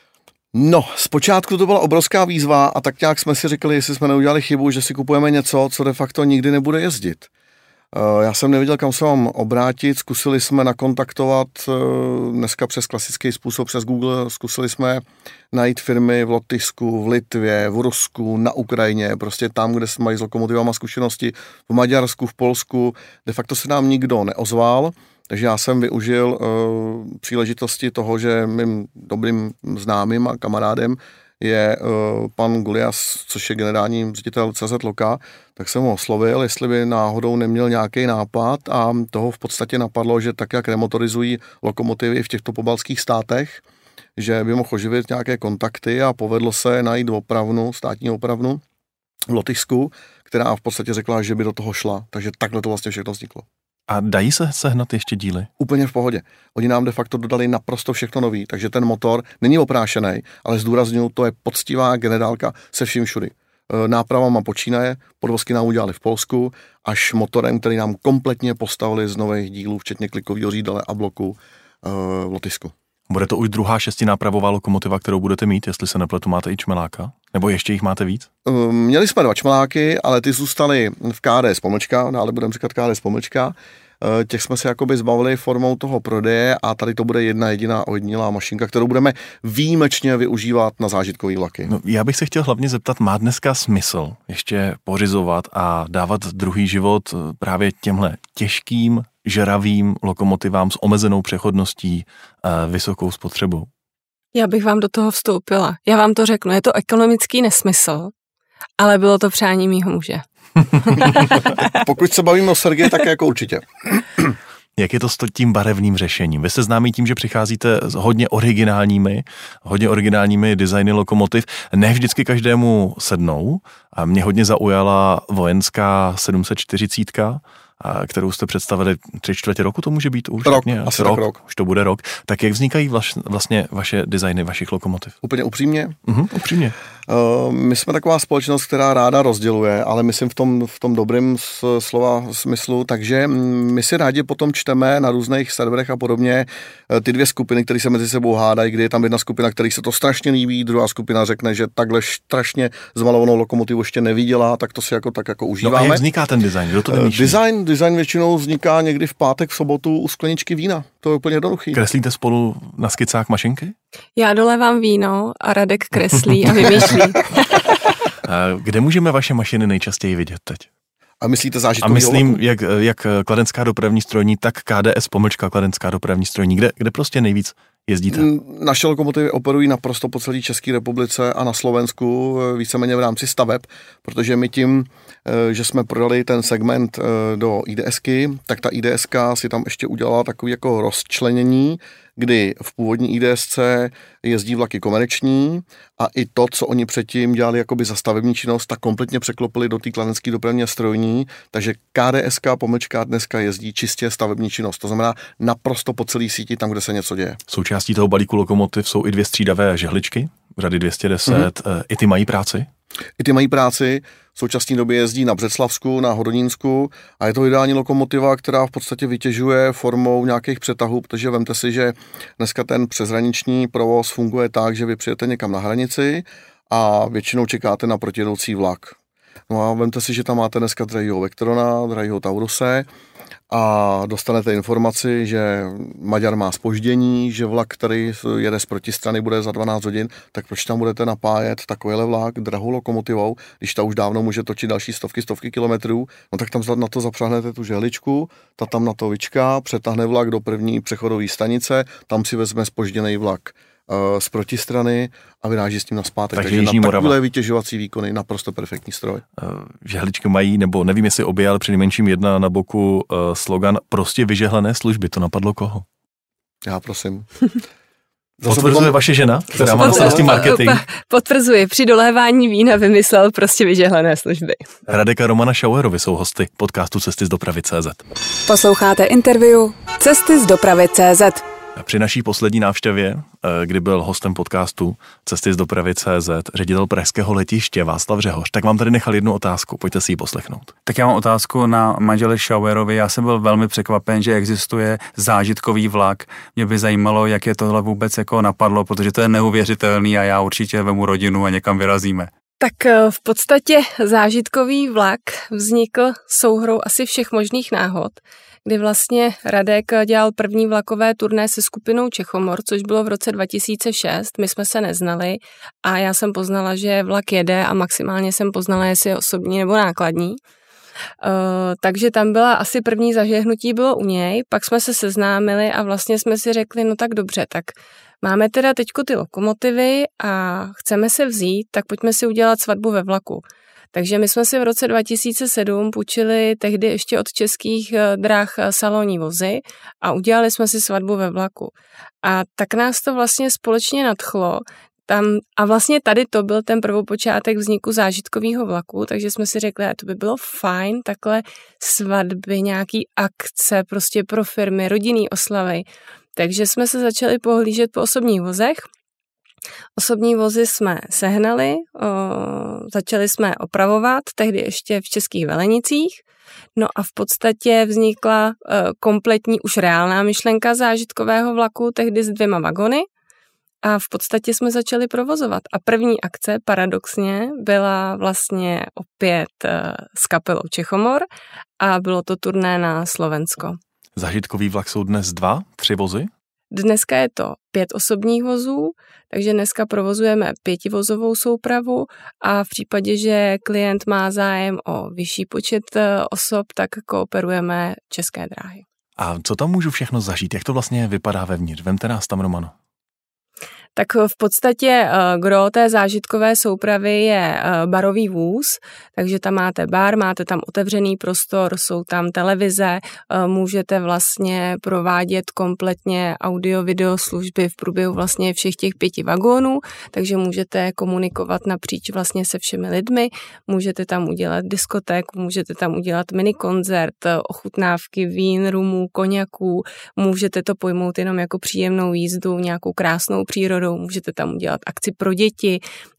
No, zpočátku to byla obrovská výzva a tak nějak jsme si řekli, jestli jsme neudělali chybu, že si kupujeme něco, co de facto nikdy nebude jezdit. Já jsem nevěděl, kam se mám obrátit, zkusili jsme nakontaktovat dneska přes klasický způsob, přes Google, zkusili jsme najít firmy v Lotyšsku, v Litvě, v Rusku, na Ukrajině, prostě tam, kde mají s lokomotivama zkušenosti, v Maďarsku, v Polsku, de facto se nám nikdo neozval, takže já jsem využil uh, příležitosti toho, že mým dobrým známým a kamarádem je uh, pan Gulias, což je generální ředitel C Z Loka, tak jsem ho oslovil, jestli by náhodou neměl nějaký nápad a toho v podstatě napadlo, že tak, jak remotorizují lokomotivy v těchto pobaltských státech, že by mohl oživit nějaké kontakty a povedlo se najít opravnu, státní opravnu v Lotyšsku, která v podstatě řekla, že by do toho šla. Takže takhle to vlastně všechno vzniklo. A dají se sehnat ještě díly? Úplně v pohodě. Oni nám de facto dodali naprosto všechno nový, takže ten motor není oprášený, ale zdůrazňuji, to je poctivá generálka se vším všudy. Nápravama počínaje, podvozky nám udělali v Polsku, až motorem, který nám kompletně postavili z nových dílů, včetně klikového řídele a bloku v Lotyšsku. Bude to už druhá šestinápravová lokomotiva, kterou budete mít, jestli se nepletu, máte i čmeláka? Nebo ještě jich máte víc? Měli jsme dva čmeláky, ale ty zůstaly v K D S pomlčka, dále budeme říkat K D S pomlčka. Těch jsme se jakoby zbavili formou toho prodeje a tady to bude jedna jediná ojedinělá mašinka, kterou budeme výjimečně využívat na zážitkový vlaky. No, já bych se chtěl hlavně zeptat, má dneska smysl ještě pořizovat a dávat druhý život právě těmhle těžkým, žeravým lokomotivám s omezenou přechodností, vysokou spotřebou? Já bych vám do toho vstoupila. Já vám to řeknu, je to ekonomický nesmysl, ale bylo to přání mýho muže. Pokud se bavíme o Sergeji, tak jako určitě. Jak je to s tím barevným řešením? Vy jste známí tím, že přicházíte s hodně originálními, hodně originálními designy lokomotiv. Ne vždycky každému sednou. A mě hodně zaujala vojenská sedm set čtyřicet, kterou jste představili tři čtvrtě roku, to může být už? Rok, nějak, asi rok, rok. Už to bude rok. Tak jak vznikají vlastně vaše designy vašich lokomotiv? Úplně upřímně? Mhm, upřímně. My jsme taková společnost, která ráda rozděluje, ale myslím v tom, v tom dobrém slova smyslu, takže my si rádi potom čteme na různých serverech a podobně ty dvě skupiny, které se mezi sebou hádají, kdy je tam jedna skupina, který se to strašně líbí, druhá skupina řekne, že takhle strašně zmalovanou lokomotivu ještě neviděla, tak to si jako tak jako užíváme. No a jak vzniká ten design? Kdo to vymýšlí? Design, design většinou vzniká někdy v pátek, v sobotu u skleničky vína. To je úplně jednoduchý. Kreslíte spolu na skicách mašinky? Já dolévám víno a Radek kreslí a vymýšlí. Kde můžeme vaše mašiny nejčastěji vidět teď? A myslíte zážitkový A myslím, vlaku? jak, jak Kladenská dopravní strojní, tak K D S pomlčka Kladenská dopravní strojní. Kde, kde prostě nejvíc jezdíte? Naše lokomotivy operují naprosto po celé České republice a na Slovensku víceméně v rámci staveb, protože my tím, že jsme prodali ten segment do IDSky, tak ta IDSka si tam ještě udělala takový jako rozčlenění, kdy v původní IDSce jezdí vlaky komerční a i to, co oni předtím dělali jakoby za stavební činnost, tak kompletně překlopili do té Kladenské dopravní strojní, takže KDSK pomlčka dneska jezdí čistě stavební činnost, to znamená naprosto po celé síti tam, kde se něco děje. Součástí toho balíku lokomotiv jsou i dvě střídavé žehličky, řady dvě stě deset, mm-hmm. I ty mají práci? I ty mají práci, v současné době jezdí na Břeclavsku, na Hodonínsku a je to ideální lokomotiva, která v podstatě vytěžuje formou nějakých přetahů, protože vemte si, že dneska ten přeshraniční provoz funguje tak, že vy přijete někam na hranici a většinou čekáte na protijedoucí vlak. No a vemte si, že tam máte dneska drahýho Vectrona, drahýho Tauruse a dostanete informaci, že Maďar má zpoždění, že vlak, který jede z protistrany, bude za dvanáct hodin, tak proč tam budete napájet takovýhle vlak drahou lokomotivou, když ta už dávno může točit další stovky, stovky kilometrů, no tak tam na to zapřáhnete tu žehličku, ta tam na to vyčká, přetáhne vlak do první přechodové stanice, tam si vezme zpožděný vlak z protistrany a vyráží s tím nazpátek. Takže, Takže Jižní na Morava. takové vytěžovací výkony naprosto perfektní stroj. Žehličky mají, nebo nevím, jestli obě, ale přinejmenším jedna na boku uh, slogan prostě vyžehlené služby. To napadlo koho? Já prosím. Potvrzuje potom... vaše žena, která má na potom- starosti marketing. Potvrzuji, při dolévání vína vymyslel prostě vyžehlené služby. Radek a Romana Schauerovi jsou hosty podcastu Cesty z dopravy tečka cé zet. Posloucháte interview Cesty z dopravy tečka cé zet. Při naší poslední návštěvě, kdy byl hostem podcastu Cesty z dopravy tečka cé zet, ředitel pražského letiště Václav Řehoř, tak vám tady nechal jednu otázku, pojďte si ji poslechnout. Tak já mám otázku na manžele Schauerovi. Já jsem byl velmi překvapen, že existuje zážitkový vlak. Mě by zajímalo, jak je tohle vůbec jako napadlo, protože to je neuvěřitelný a já určitě vemu rodinu a někam vyrazíme. Tak v podstatě zážitkový vlak vznikl souhrou asi všech možných náhod, kdy vlastně Radek dělal první vlakové turné se skupinou Čechomor, což bylo v roce dva tisíce šest, my jsme se neznali a já jsem poznala, že vlak jede a maximálně jsem poznala, jestli je osobní nebo nákladní. Uh, takže tam byla asi první zažehnutí bylo u něj, pak jsme se seznámili a vlastně jsme si řekli, no tak dobře, tak máme teda teďko ty lokomotivy a chceme se vzít, tak pojďme si udělat svatbu ve vlaku. Takže my jsme si v roce dva tisíce sedm půjčili tehdy ještě od Českých drah salonní vozy a udělali jsme si svatbu ve vlaku. A tak nás to vlastně společně nadchlo. Tam, a vlastně tady to byl ten prvopočátek vzniku zážitkového vlaku, takže jsme si řekli, že to by bylo fajn, takhle svatby, nějaký akce prostě pro firmy, rodinný oslavy. Takže jsme se začali pohlížet po osobních vozech. Osobní vozy jsme sehnali, o, začali jsme opravovat, tehdy ještě v Českých Velenicích. No a v podstatě vznikla o, kompletní už reálná myšlenka zážitkového vlaku, tehdy s dvěma vagony. A v podstatě jsme začali provozovat. A první akce, paradoxně, byla vlastně opět s kapelou Čechomor a bylo to turné na Slovensko. Zážitkový vlak jsou dnes dva, tři vozy? Dneska je to pět osobních vozů, takže dneska provozujeme pětivozovou soupravu a v případě, že klient má zájem o vyšší počet osob, tak kooperujeme České dráhy. A co tam můžu všechno zažít? Jak to vlastně vypadá vevnitř? Vemte nás tam, Romano. Tak v podstatě gro té zážitkové soupravy je barový vůz, takže tam máte bar, máte tam otevřený prostor, jsou tam televize, můžete vlastně provádět kompletně audio-video služby v průběhu vlastně všech těch pěti vagónů, takže můžete komunikovat napříč vlastně se všemi lidmi, můžete tam udělat diskotéku, můžete tam udělat minikoncert, ochutnávky vín, rumů, koněků, můžete to pojmout jenom jako příjemnou jízdu, nějakou krásnou přírodu, přírodou, můžete tam udělat akci pro děti,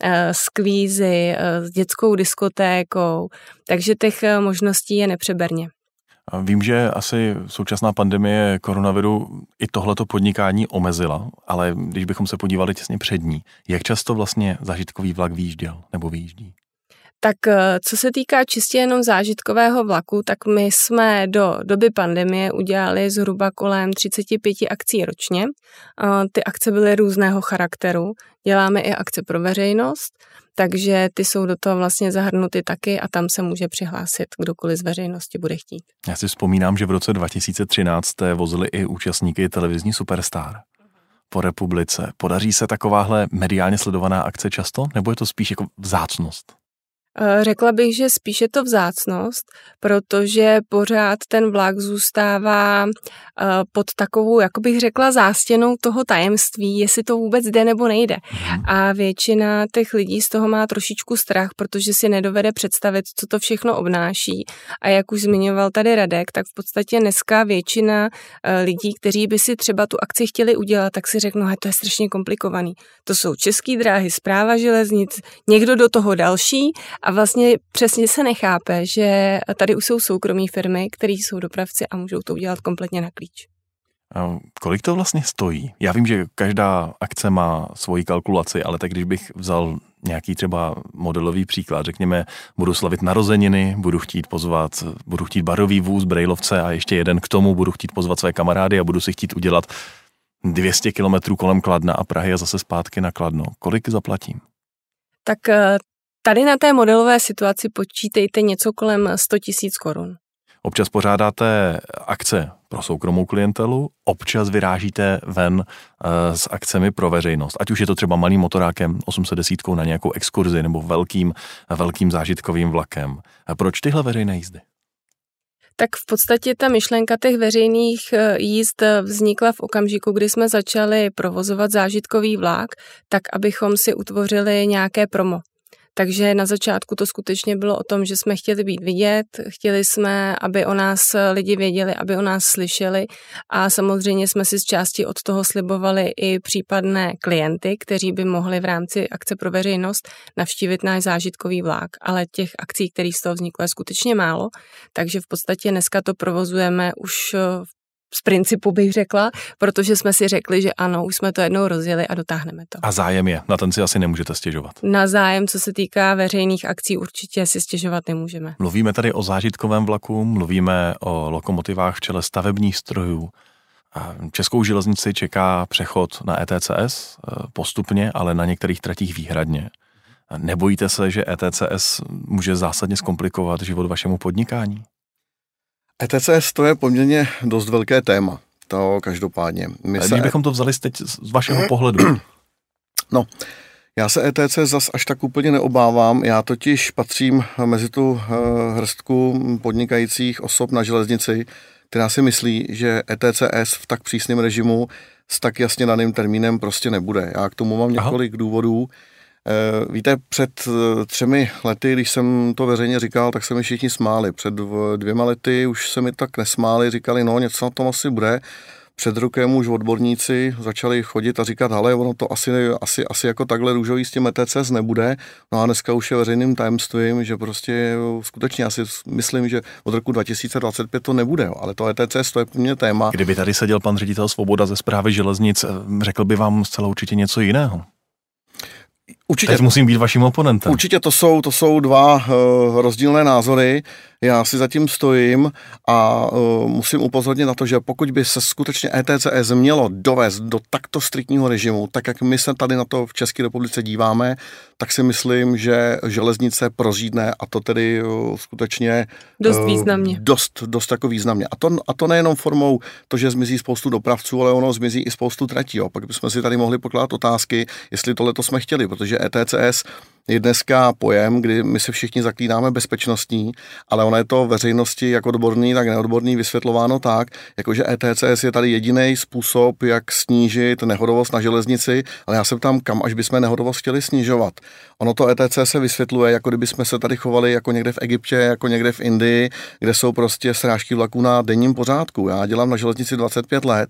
s kvízy, s dětskou diskotékou, takže těch možností je nepřeberně. Vím, že asi současná pandemie koronaviru i tohleto podnikání omezila, ale když bychom se podívali těsně před ní, jak často vlastně zážitkový vlak vyjížděl nebo vyjíždí? Tak co se týká čistě jenom zážitkového vlaku, tak my jsme do doby pandemie udělali zhruba kolem třicet pět akcí ročně. Ty akce byly různého charakteru. Děláme i akce pro veřejnost, takže ty jsou do toho vlastně zahrnuty taky a tam se může přihlásit kdokoliv z veřejnosti bude chtít. Já si vzpomínám, že v roce dva tisíce třináct jste vozili i účastníky televizní Superstar po republice. Podaří se takováhle mediálně sledovaná akce často, nebo je to spíš jako vzácnost? Řekla bych, že spíš je to vzácnost, protože pořád ten vlak zůstává pod takovou, jako bych řekla, zástěnou toho tajemství, jestli to vůbec jde nebo nejde. Hmm. A většina těch lidí z toho má trošičku strach, protože si nedovede představit, co to všechno obnáší. A jak už zmiňoval tady Radek, tak v podstatě dneska většina lidí, kteří by si třeba tu akci chtěli udělat, tak si řeknou, že to je strašně komplikovaný. To jsou České dráhy, Správa železnic, někdo do toho další. A vlastně přesně se nechápe, že tady už jsou soukromí firmy, které jsou dopravci a můžou to udělat kompletně na klíč. A kolik to vlastně stojí? Já vím, že každá akce má svoji kalkulaci, ale tak když bych vzal nějaký třeba modelový příklad, řekněme, budu slavit narozeniny, budu chtít pozvat, budu chtít barový vůz, brejlovce a ještě jeden k tomu, budu chtít pozvat své kamarády a budu si chtít udělat dvě stě kilometrů kolem Kladna a Prahy a zase zpátky na Kladno. Kolik zaplatím? Tak tady na té modelové situaci počítejte něco kolem sto tisíc korun. Občas pořádáte akce pro soukromou klientelu, občas vyrážíte ven uh, s akcemi pro veřejnost. Ať už je to třeba malým motorákem osm set deset na nějakou exkurzi nebo velkým, velkým zážitkovým vlakem. A proč tyhle veřejné jízdy? Tak v podstatě ta myšlenka těch veřejných jízd vznikla v okamžiku, kdy jsme začali provozovat zážitkový vlak, tak abychom si utvořili nějaké promo. Takže na začátku to skutečně bylo o tom, že jsme chtěli být vidět, chtěli jsme, aby o nás lidi věděli, aby o nás slyšeli a samozřejmě jsme si z části od toho slibovali i případné klienty, kteří by mohli v rámci akce pro veřejnost navštívit náš zážitkový vlak, ale těch akcí, které z toho vzniklo, je skutečně málo, takže v podstatě dneska to provozujeme už z principu bych řekla, protože jsme si řekli, že ano, už jsme to jednou rozjeli a dotáhneme to. A zájem je, na ten si asi nemůžete stěžovat. Na zájem, co se týká veřejných akcí, určitě si stěžovat nemůžeme. Mluvíme tady o zážitkovém vlaku, mluvíme o lokomotivách v čele stavebních strojů. Českou železnici čeká přechod na E T C S postupně, ale na některých tratích výhradně. Nebojíte se, že E T C S může zásadně zkomplikovat život vašemu podnikání? E T C S to je poměrně dost velké téma, to každopádně. My Ale se... když bychom to vzali teď z vašeho pohledu. No, já se E T C S zas až tak úplně neobávám, já totiž patřím mezi tu hrstku podnikajících osob na železnici, která si myslí, že E T C S v tak přísném režimu s tak jasně daným termínem prostě nebude. Já k tomu mám několik Aha. důvodů. Víte, před třemi lety, když jsem to veřejně říkal, tak se mi všichni smáli. Před dvěma lety už se mi tak nesmáli, říkali, no něco na tom asi bude. Před rokem už odborníci začali chodit a říkat, hele, ono to asi, asi, asi jako takhle růžový s tím E T C S nebude. No a dneska už je veřejným tajemstvím, že prostě skutečně asi myslím, že od roku dva tisíce dvacet pět to nebude, ale to E T C S to je pro mě téma. Kdyby tady seděl pan ředitel Svoboda ze Správy železnic, řekl by vám zcela určitě něco jiného. Určitě. Teď musím být vaším oponentem. Určitě to jsou, to jsou dva uh, rozdílné názory. Já si zatím stojím a uh, musím upozornit na to, že pokud by se skutečně E T C S mělo dovést do takto striktního režimu, tak jak my se tady na to v České republice díváme, tak si myslím, že železnice prořídne a to tedy uh, skutečně dost uh, významně. Dost, dost jako významně. A to, a to nejenom formou to, že zmizí spoustu dopravců, ale ono zmizí i spoustu tratí. Jo. Pak bychom si tady mohli pokládat otázky, jestli tohleto jsme chtěli, protože E T C S je dneska pojem, kdy my se všichni zaklínáme bezpečnostní, ale ono je to veřejnosti jak odborný, tak neodborný vysvětlováno tak, jakože E T C S je tady jediný způsob, jak snížit nehodovost na železnici, ale já se ptám, kam až bychom nehodovost chtěli snižovat. Ono to E T C se vysvětluje, jako kdyby jsme se tady chovali jako někde v Egyptě, jako někde v Indii, kde jsou prostě srážky vlaků na denním pořádku. Já dělám na železnici dvacet pět let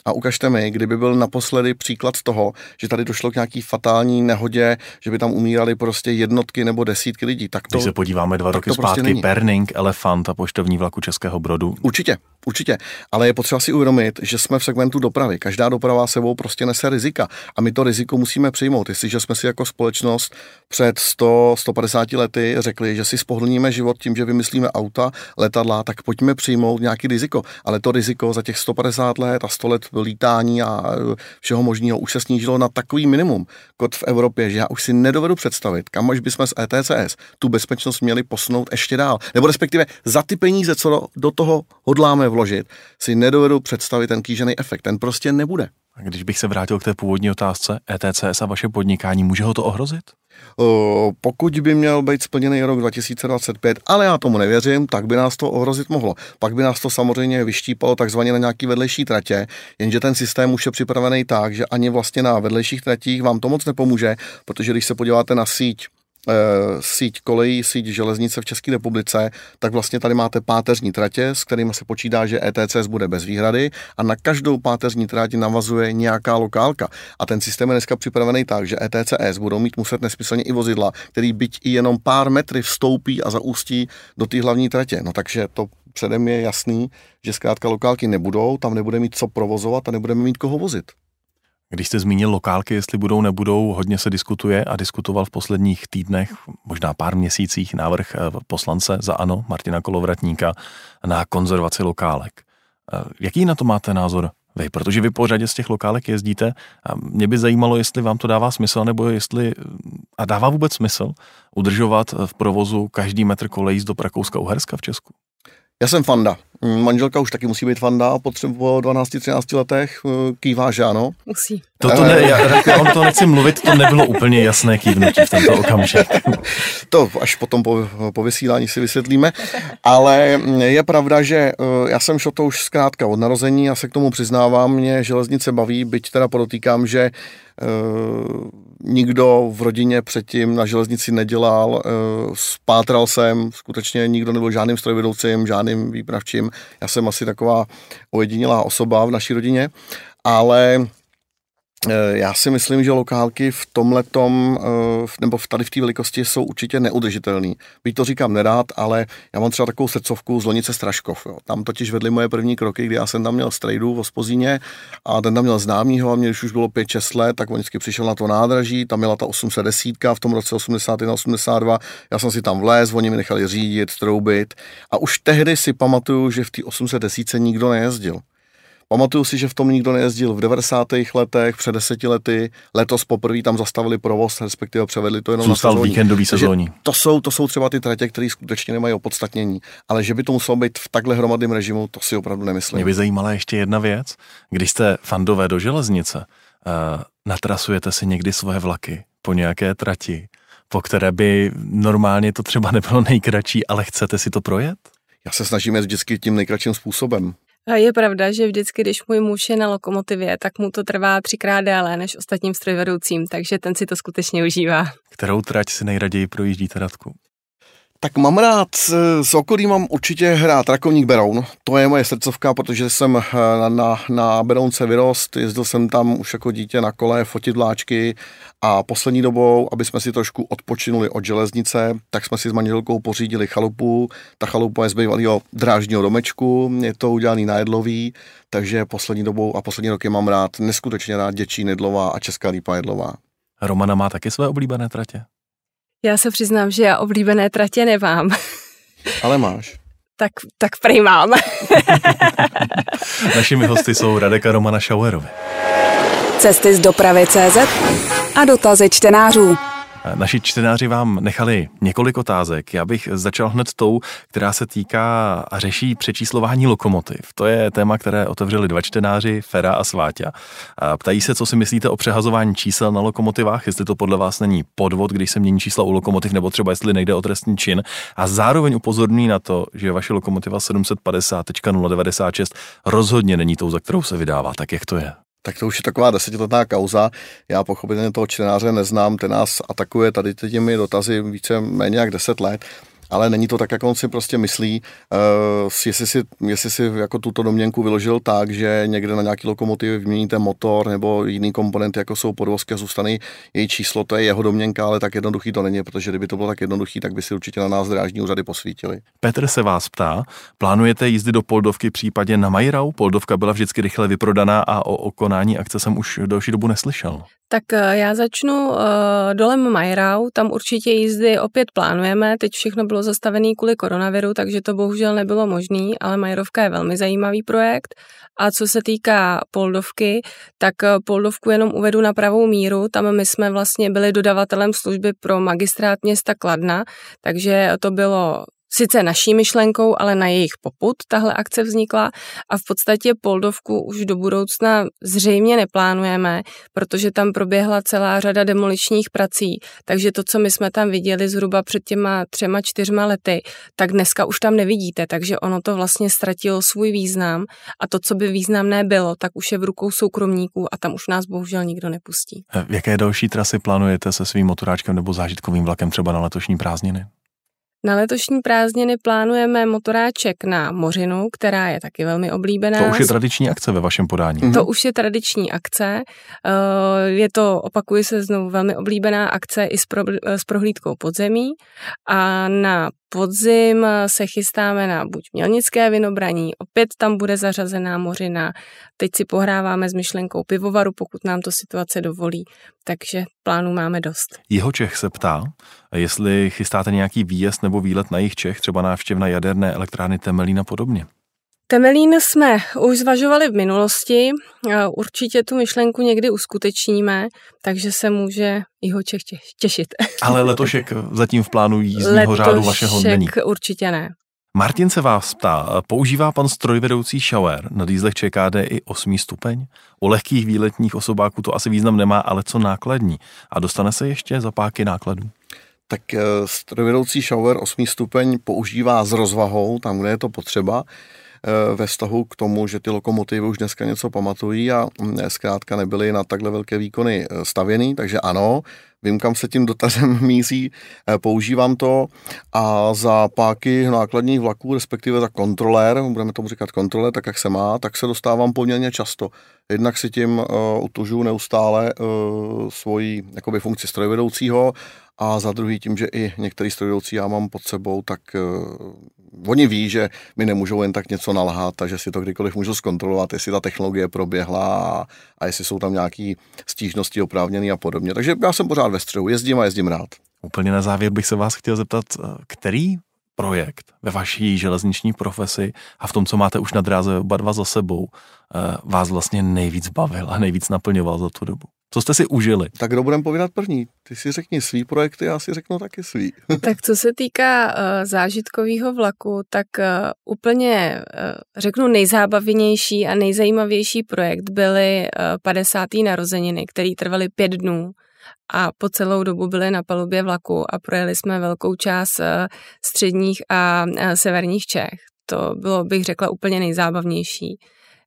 a ukažte mi, kdyby byl naposledy příklad toho, že tady došlo k nějaký fatální nehodě, že by tam umírali prostě jednotky nebo desítky lidí. Tak to, Když se podíváme dva roky zpátky, prostě Perning, Elefant a poštovní vlak u Českého Brodu. Určitě, určitě, ale je potřeba si uvědomit, že jsme v segmentu dopravy. Každá doprava sebou prostě nese rizika a my to riziko musíme přijmout. Jestliže jsme si jako společnost před sto, sto padesáti lety řekli, že si spohodlníme život tím, že vymyslíme auta, letadla, tak pojďme přijmout nějaký riziko. Ale to riziko za těch sto padesát let a sto let lítání a všeho možného už se snížilo na takový minimum kot v Evropě, že já už si nedovedu představit, kam až bychom z E T C S tu bezpečnost měli posunout ještě dál. Nebo respektive za ty peníze, co do, do toho hodláme vložit, si nedovedu představit ten kýžený efekt. Ten prostě nebude. A když bych se vrátil k té původní otázce, E T C S a vaše podnikání, může ho to ohrozit? O, pokud by měl být splněný rok dva tisíce dvacet pět, ale já tomu nevěřím, tak by nás to ohrozit mohlo. Pak by nás to samozřejmě vyštípalo takzvaně na nějaký vedlejší tratě, jenže ten systém už je připravený tak, že ani vlastně na vedlejších tratích vám to moc nepomůže, protože když se podíváte na síť síť kolejí, síť železnice v České republice, tak vlastně tady máte páteřní tratě, s kterými se počítá, že E T C S bude bez výhrady a na každou páteřní trať navazuje nějaká lokálka. A ten systém je dneska připravený tak, že E T C S budou mít muset nesmyslně i vozidla, který byť i jenom pár metry vstoupí a zaústí do té hlavní tratě. No takže to předem je jasný, že zkrátka lokálky nebudou, tam nebude mít co provozovat a nebudeme mít koho vozit. Když jste zmínil lokálky, jestli budou, nebudou, hodně se diskutuje a diskutoval v posledních týdnech, možná pár měsících, návrh poslance za ANO, Martina Kolovratníka, na konzervaci lokálek. Jaký na to máte názor vy? Protože vy po řadě z těch lokálek jezdíte a mě by zajímalo, jestli vám to dává smysl, nebo jestli, a dává vůbec smysl, udržovat v provozu každý metr kolejí do Rakouska-Uherska v Česku. Já jsem fanda. Manželka už taky musí být fanda, po dvanácti třinácti letech kývá, že ano. Musí. To, to ne, já on to nechci mluvit, to nebylo úplně jasné kývnutí v tento okamžik. To až potom po, po vysílání si vysvětlíme, ale je pravda, že já jsem šel to už zkrátka od narození, já se k tomu přiznávám, mě železnice baví, byť teda podotýkám, že Uh, nikdo v rodině předtím na železnici nedělal, uh, spátral jsem, skutečně nikdo nebyl žádným strojvedoucím, žádným výpravčím, já jsem asi taková ojedinělá osoba v naší rodině, ale já si myslím, že lokálky v tomhletom, nebo tady v té velikosti jsou určitě neudržitelný. Byť to říkám nerád, ale já mám třeba takovou srdcovku z Lonice Straškov. Jo. Tam totiž vedly moje první kroky, kdy já jsem tam měl strejdu v Ospozíně a ten tam měl známýho a mě, když už bylo pět šest let, tak on vždycky přišel na to nádraží, tam měla ta osm set deset v tom roce osmdesát jedna osmdesát dva, já jsem si tam vlez, oni mi nechali řídit, troubit a už tehdy si pamatuju, že v té osm set deset nikdo nejezdil. Pamatuju si, že v tom nikdo nejezdil v devadesátých letech, před deseti lety, letos poprvé tam zastavili provoz, respektive převedli to jenom Zůstal na sezóní. víkendový sezóní. To jsou, to jsou třeba ty tratě, které skutečně nemají opodstatnění, ale že by to muselo být v takhle hromadném režimu, to si opravdu nemyslím. Mě by zajímala ještě jedna věc. Když jste fandové do železnice, uh, natrasujete si někdy svoje vlaky po nějaké trati, po které by normálně to třeba nebylo nejkratší, ale chcete si to projet? Já se snažím jet vždycky tím nejkratším způsobem. A je pravda, že vždycky, když můj muž je na lokomotivě, tak mu to trvá třikrát déle než ostatním strojvedoucím, takže ten si to skutečně užívá. Kterou trať si nejraději projíždíte, Radku? Tak mám rád, z okolí mám určitě hrát Rakovník Beroun, to je moje srdcovka, protože jsem na, na, na Berounce vyrost, jezdil jsem tam už jako dítě na kole, fotit vláčky a poslední dobou, aby jsme si trošku odpočinuli od železnice, tak jsme si s manželkou pořídili chalupu, ta chalupa je z bývalého drážního domečku, je to udělaný na Jedlový, takže poslední dobou a poslední roky mám rád, neskutečně rád Děčín, Jedlová a Česká Lípa, Jedlová. Romana má taky své oblíbené tratě? Já se přiznám, že já oblíbené tratě nemám. Ale máš. tak, tak prej mám. Našimi hosty jsou Radek a Romana Schauerovi. Cesty z dopravy tečka cé zet a dotazy čtenářů. Naši čtenáři vám nechali několik otázek. Já bych začal hned tou, která se týká a řeší přečíslování lokomotiv. To je téma, které otevřeli dva čtenáři, Fera a Sváťa. Ptají se, co si myslíte o přehazování čísel na lokomotivách, jestli to podle vás není podvod, když se mění čísla u lokomotiv, nebo třeba jestli nejde o trestný čin. A zároveň upozorňují na to, že vaše lokomotiva sedm set padesát nula devadesát šest rozhodně není tou, za kterou se vydává. Tak jak to je? Tak to už je taková desetiletá kauza. Já pochopitelně toho čtenáře neznám, ten nás atakuje tady těmi dotazy více méně jak deset let. ale není to tak, jak on si prostě myslí, uh, jestli, si, jestli si jako tuto domněnku vyložil tak, že někde na nějaký lokomotivě vyměníte motor nebo jiný komponenty, jako jsou podvozky a zůstane její číslo, to je jeho domněnka, ale tak jednoduchý to není, protože kdyby to bylo tak jednoduchý, tak by si určitě na nás drážní úřady posvítili. Petr se vás ptá, plánujete jízdy do Poldovky případně na Majrau? Poldovka byla vždycky rychle vyprodaná a o, o konání akce jsem už další dobu neslyšel. Tak já začnu uh, dolem Majrau, tam určitě jízdy opět plánujeme, teď všechno bylo zastavené kvůli koronaviru, takže to bohužel nebylo možné, ale Majrovka je velmi zajímavý projekt. A co se týká Poldovky, tak Poldovku jenom uvedu na pravou míru, tam my jsme vlastně byli dodavatelem služby pro magistrát města Kladna, takže to bylo sice naší myšlenkou, ale na jejich popud tahle akce vznikla a v podstatě Poldovku už do budoucna zřejmě neplánujeme, protože tam proběhla celá řada demoličních prací, takže to, co my jsme tam viděli zhruba před těma třema, čtyřma lety, tak dneska už tam nevidíte, takže ono to vlastně ztratilo svůj význam a to, co by významné bylo, tak už je v rukou soukromníků a tam už nás bohužel nikdo nepustí. Jaké další trasy plánujete se svým motoráčkem nebo zážitkovým vlakem třeba na letošní prázdniny? Na letošní prázdniny plánujeme motoráček na Mořinu, která je taky velmi oblíbená. To už je tradiční akce ve vašem podání. To mm-hmm. už je tradiční akce. Je to, opakuji se znovu, velmi oblíbená akce i s, pro, s prohlídkou podzemí. A na podzim se chystáme na buď Mělnické Vinobraní, opět tam bude zařazená Mořina. Teď si pohráváme s myšlenkou pivovaru, pokud nám to situace dovolí. Takže plánů máme dost. Jihočech se ptá, jestli chystáte nějaký výjezd nebo výlet na Jihočech, třeba návštěvna jaderné elektrárny Temelín a podobně. Temelín jsme už zvažovali v minulosti, určitě tu myšlenku někdy uskutečníme, takže se může Jihočech těšit. Ale letošek zatím v plánu jízdního řádu vašeho není. Letošek určitě ne. Martin se vás ptá, používá pan strojvedoucí Shower na dýzlech ČKD i osmý stupeň? U lehkých výletních osobáků to asi význam nemá, ale co nákladní? A dostane se ještě za páky nákladů? Tak strojvedoucí Shower osmý stupeň používá s rozvahou, tam, kde je to potřeba, ve vztahu k tomu, že ty lokomotivy už dneska něco pamatují a zkrátka nebyly na takhle velké výkony stavěný, takže ano, vím, kam se tím dotazem míří, používám to a za páky nákladních vlaků, respektive za kontrolér, budeme tomu říkat kontrolér, tak jak se má, tak se dostávám poměrně často. Jednak si tím uh, utužuju neustále uh, svoji jakoby funkci strojvedoucího a za druhý tím, že i některý strojvedoucí já mám pod sebou, tak uh, oni ví, že mi nemůžou jen tak něco nalhat, takže si to kdykoliv můžu zkontrolovat, jestli ta technologie proběhla a, a jestli jsou tam nějaké stížnosti oprávněné a podobně. Takže já jsem pořád ve střehu, jezdím a jezdím rád. Úplně na závěr bych se vás chtěl zeptat, který projekt ve vaší železniční profesi a v tom, co máte už na dráze oba dva za sebou, vás vlastně nejvíc bavil a nejvíc naplňoval za tu dobu? Co jste si užili? Tak kdo budeme povídat první? Ty si řekni svý projekty, já si řeknu taky svý. Tak co se týká uh, zážitkového vlaku, tak uh, úplně uh, řeknu nejzábavnější a nejzajímavější projekt byly uh, padesáté narozeniny, které trvaly pět dnů a po celou dobu byly na palubě vlaku a projeli jsme velkou část uh, středních a uh, severních Čech. To bylo, bych řekla, úplně nejzábavnější.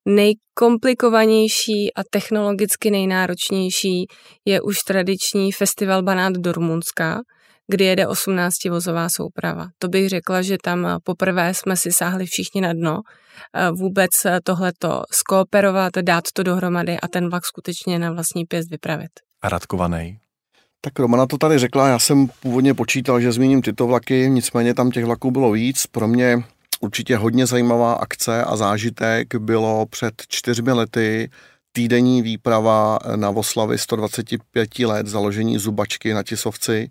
Nejkomplikovanější a technologicky nejnáročnější je už tradiční festival Banát do Rumunska, kdy jede osmnáctivozová souprava. To bych řekla, že tam poprvé jsme si sáhli všichni na dno. Vůbec tohleto skooperovat, dát to dohromady a ten vlak skutečně na vlastní pěst vypravit. A Radkovanej? Tak Romana to tady řekla, já jsem původně počítal, že zmíním tyto vlaky, nicméně tam těch vlaků bylo víc. Pro mě určitě hodně zajímavá akce a zážitek bylo před čtyřmi lety týdenní výprava na oslavy sto dvacet pět let založení Zubačky na Tisovci,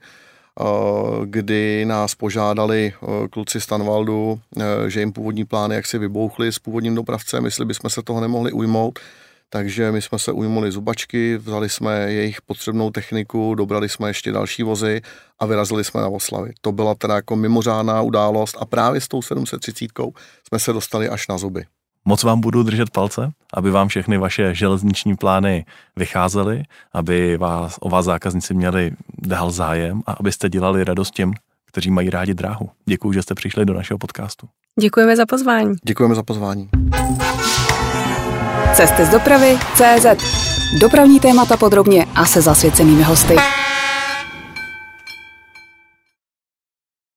kdy nás požádali kluci z Tanvaldu, že jim původní plány jaksi vybouchly s původním dopravcem, jestli bychom se toho nemohli ujmout. Takže my jsme se ujmuli Zubačky, vzali jsme jejich potřebnou techniku, dobrali jsme ještě další vozy a vyrazili jsme na oslavy. To byla teda jako mimořádná událost a právě s tou sedm set třicet jsme se dostali až na zuby. Moc vám budu držet palce, aby vám všechny vaše železniční plány vycházely, aby vás, o vás zákazníci měli dál zájem a abyste dělali radost těm, kteří mají rádi dráhu. Děkuji, že jste přišli do našeho podcastu. Děkujeme za pozvání. Děkujeme za pozvání. Cesty z dopravy tečka cé zet. Dopravní témata podrobně a se zasvěcenými hosty.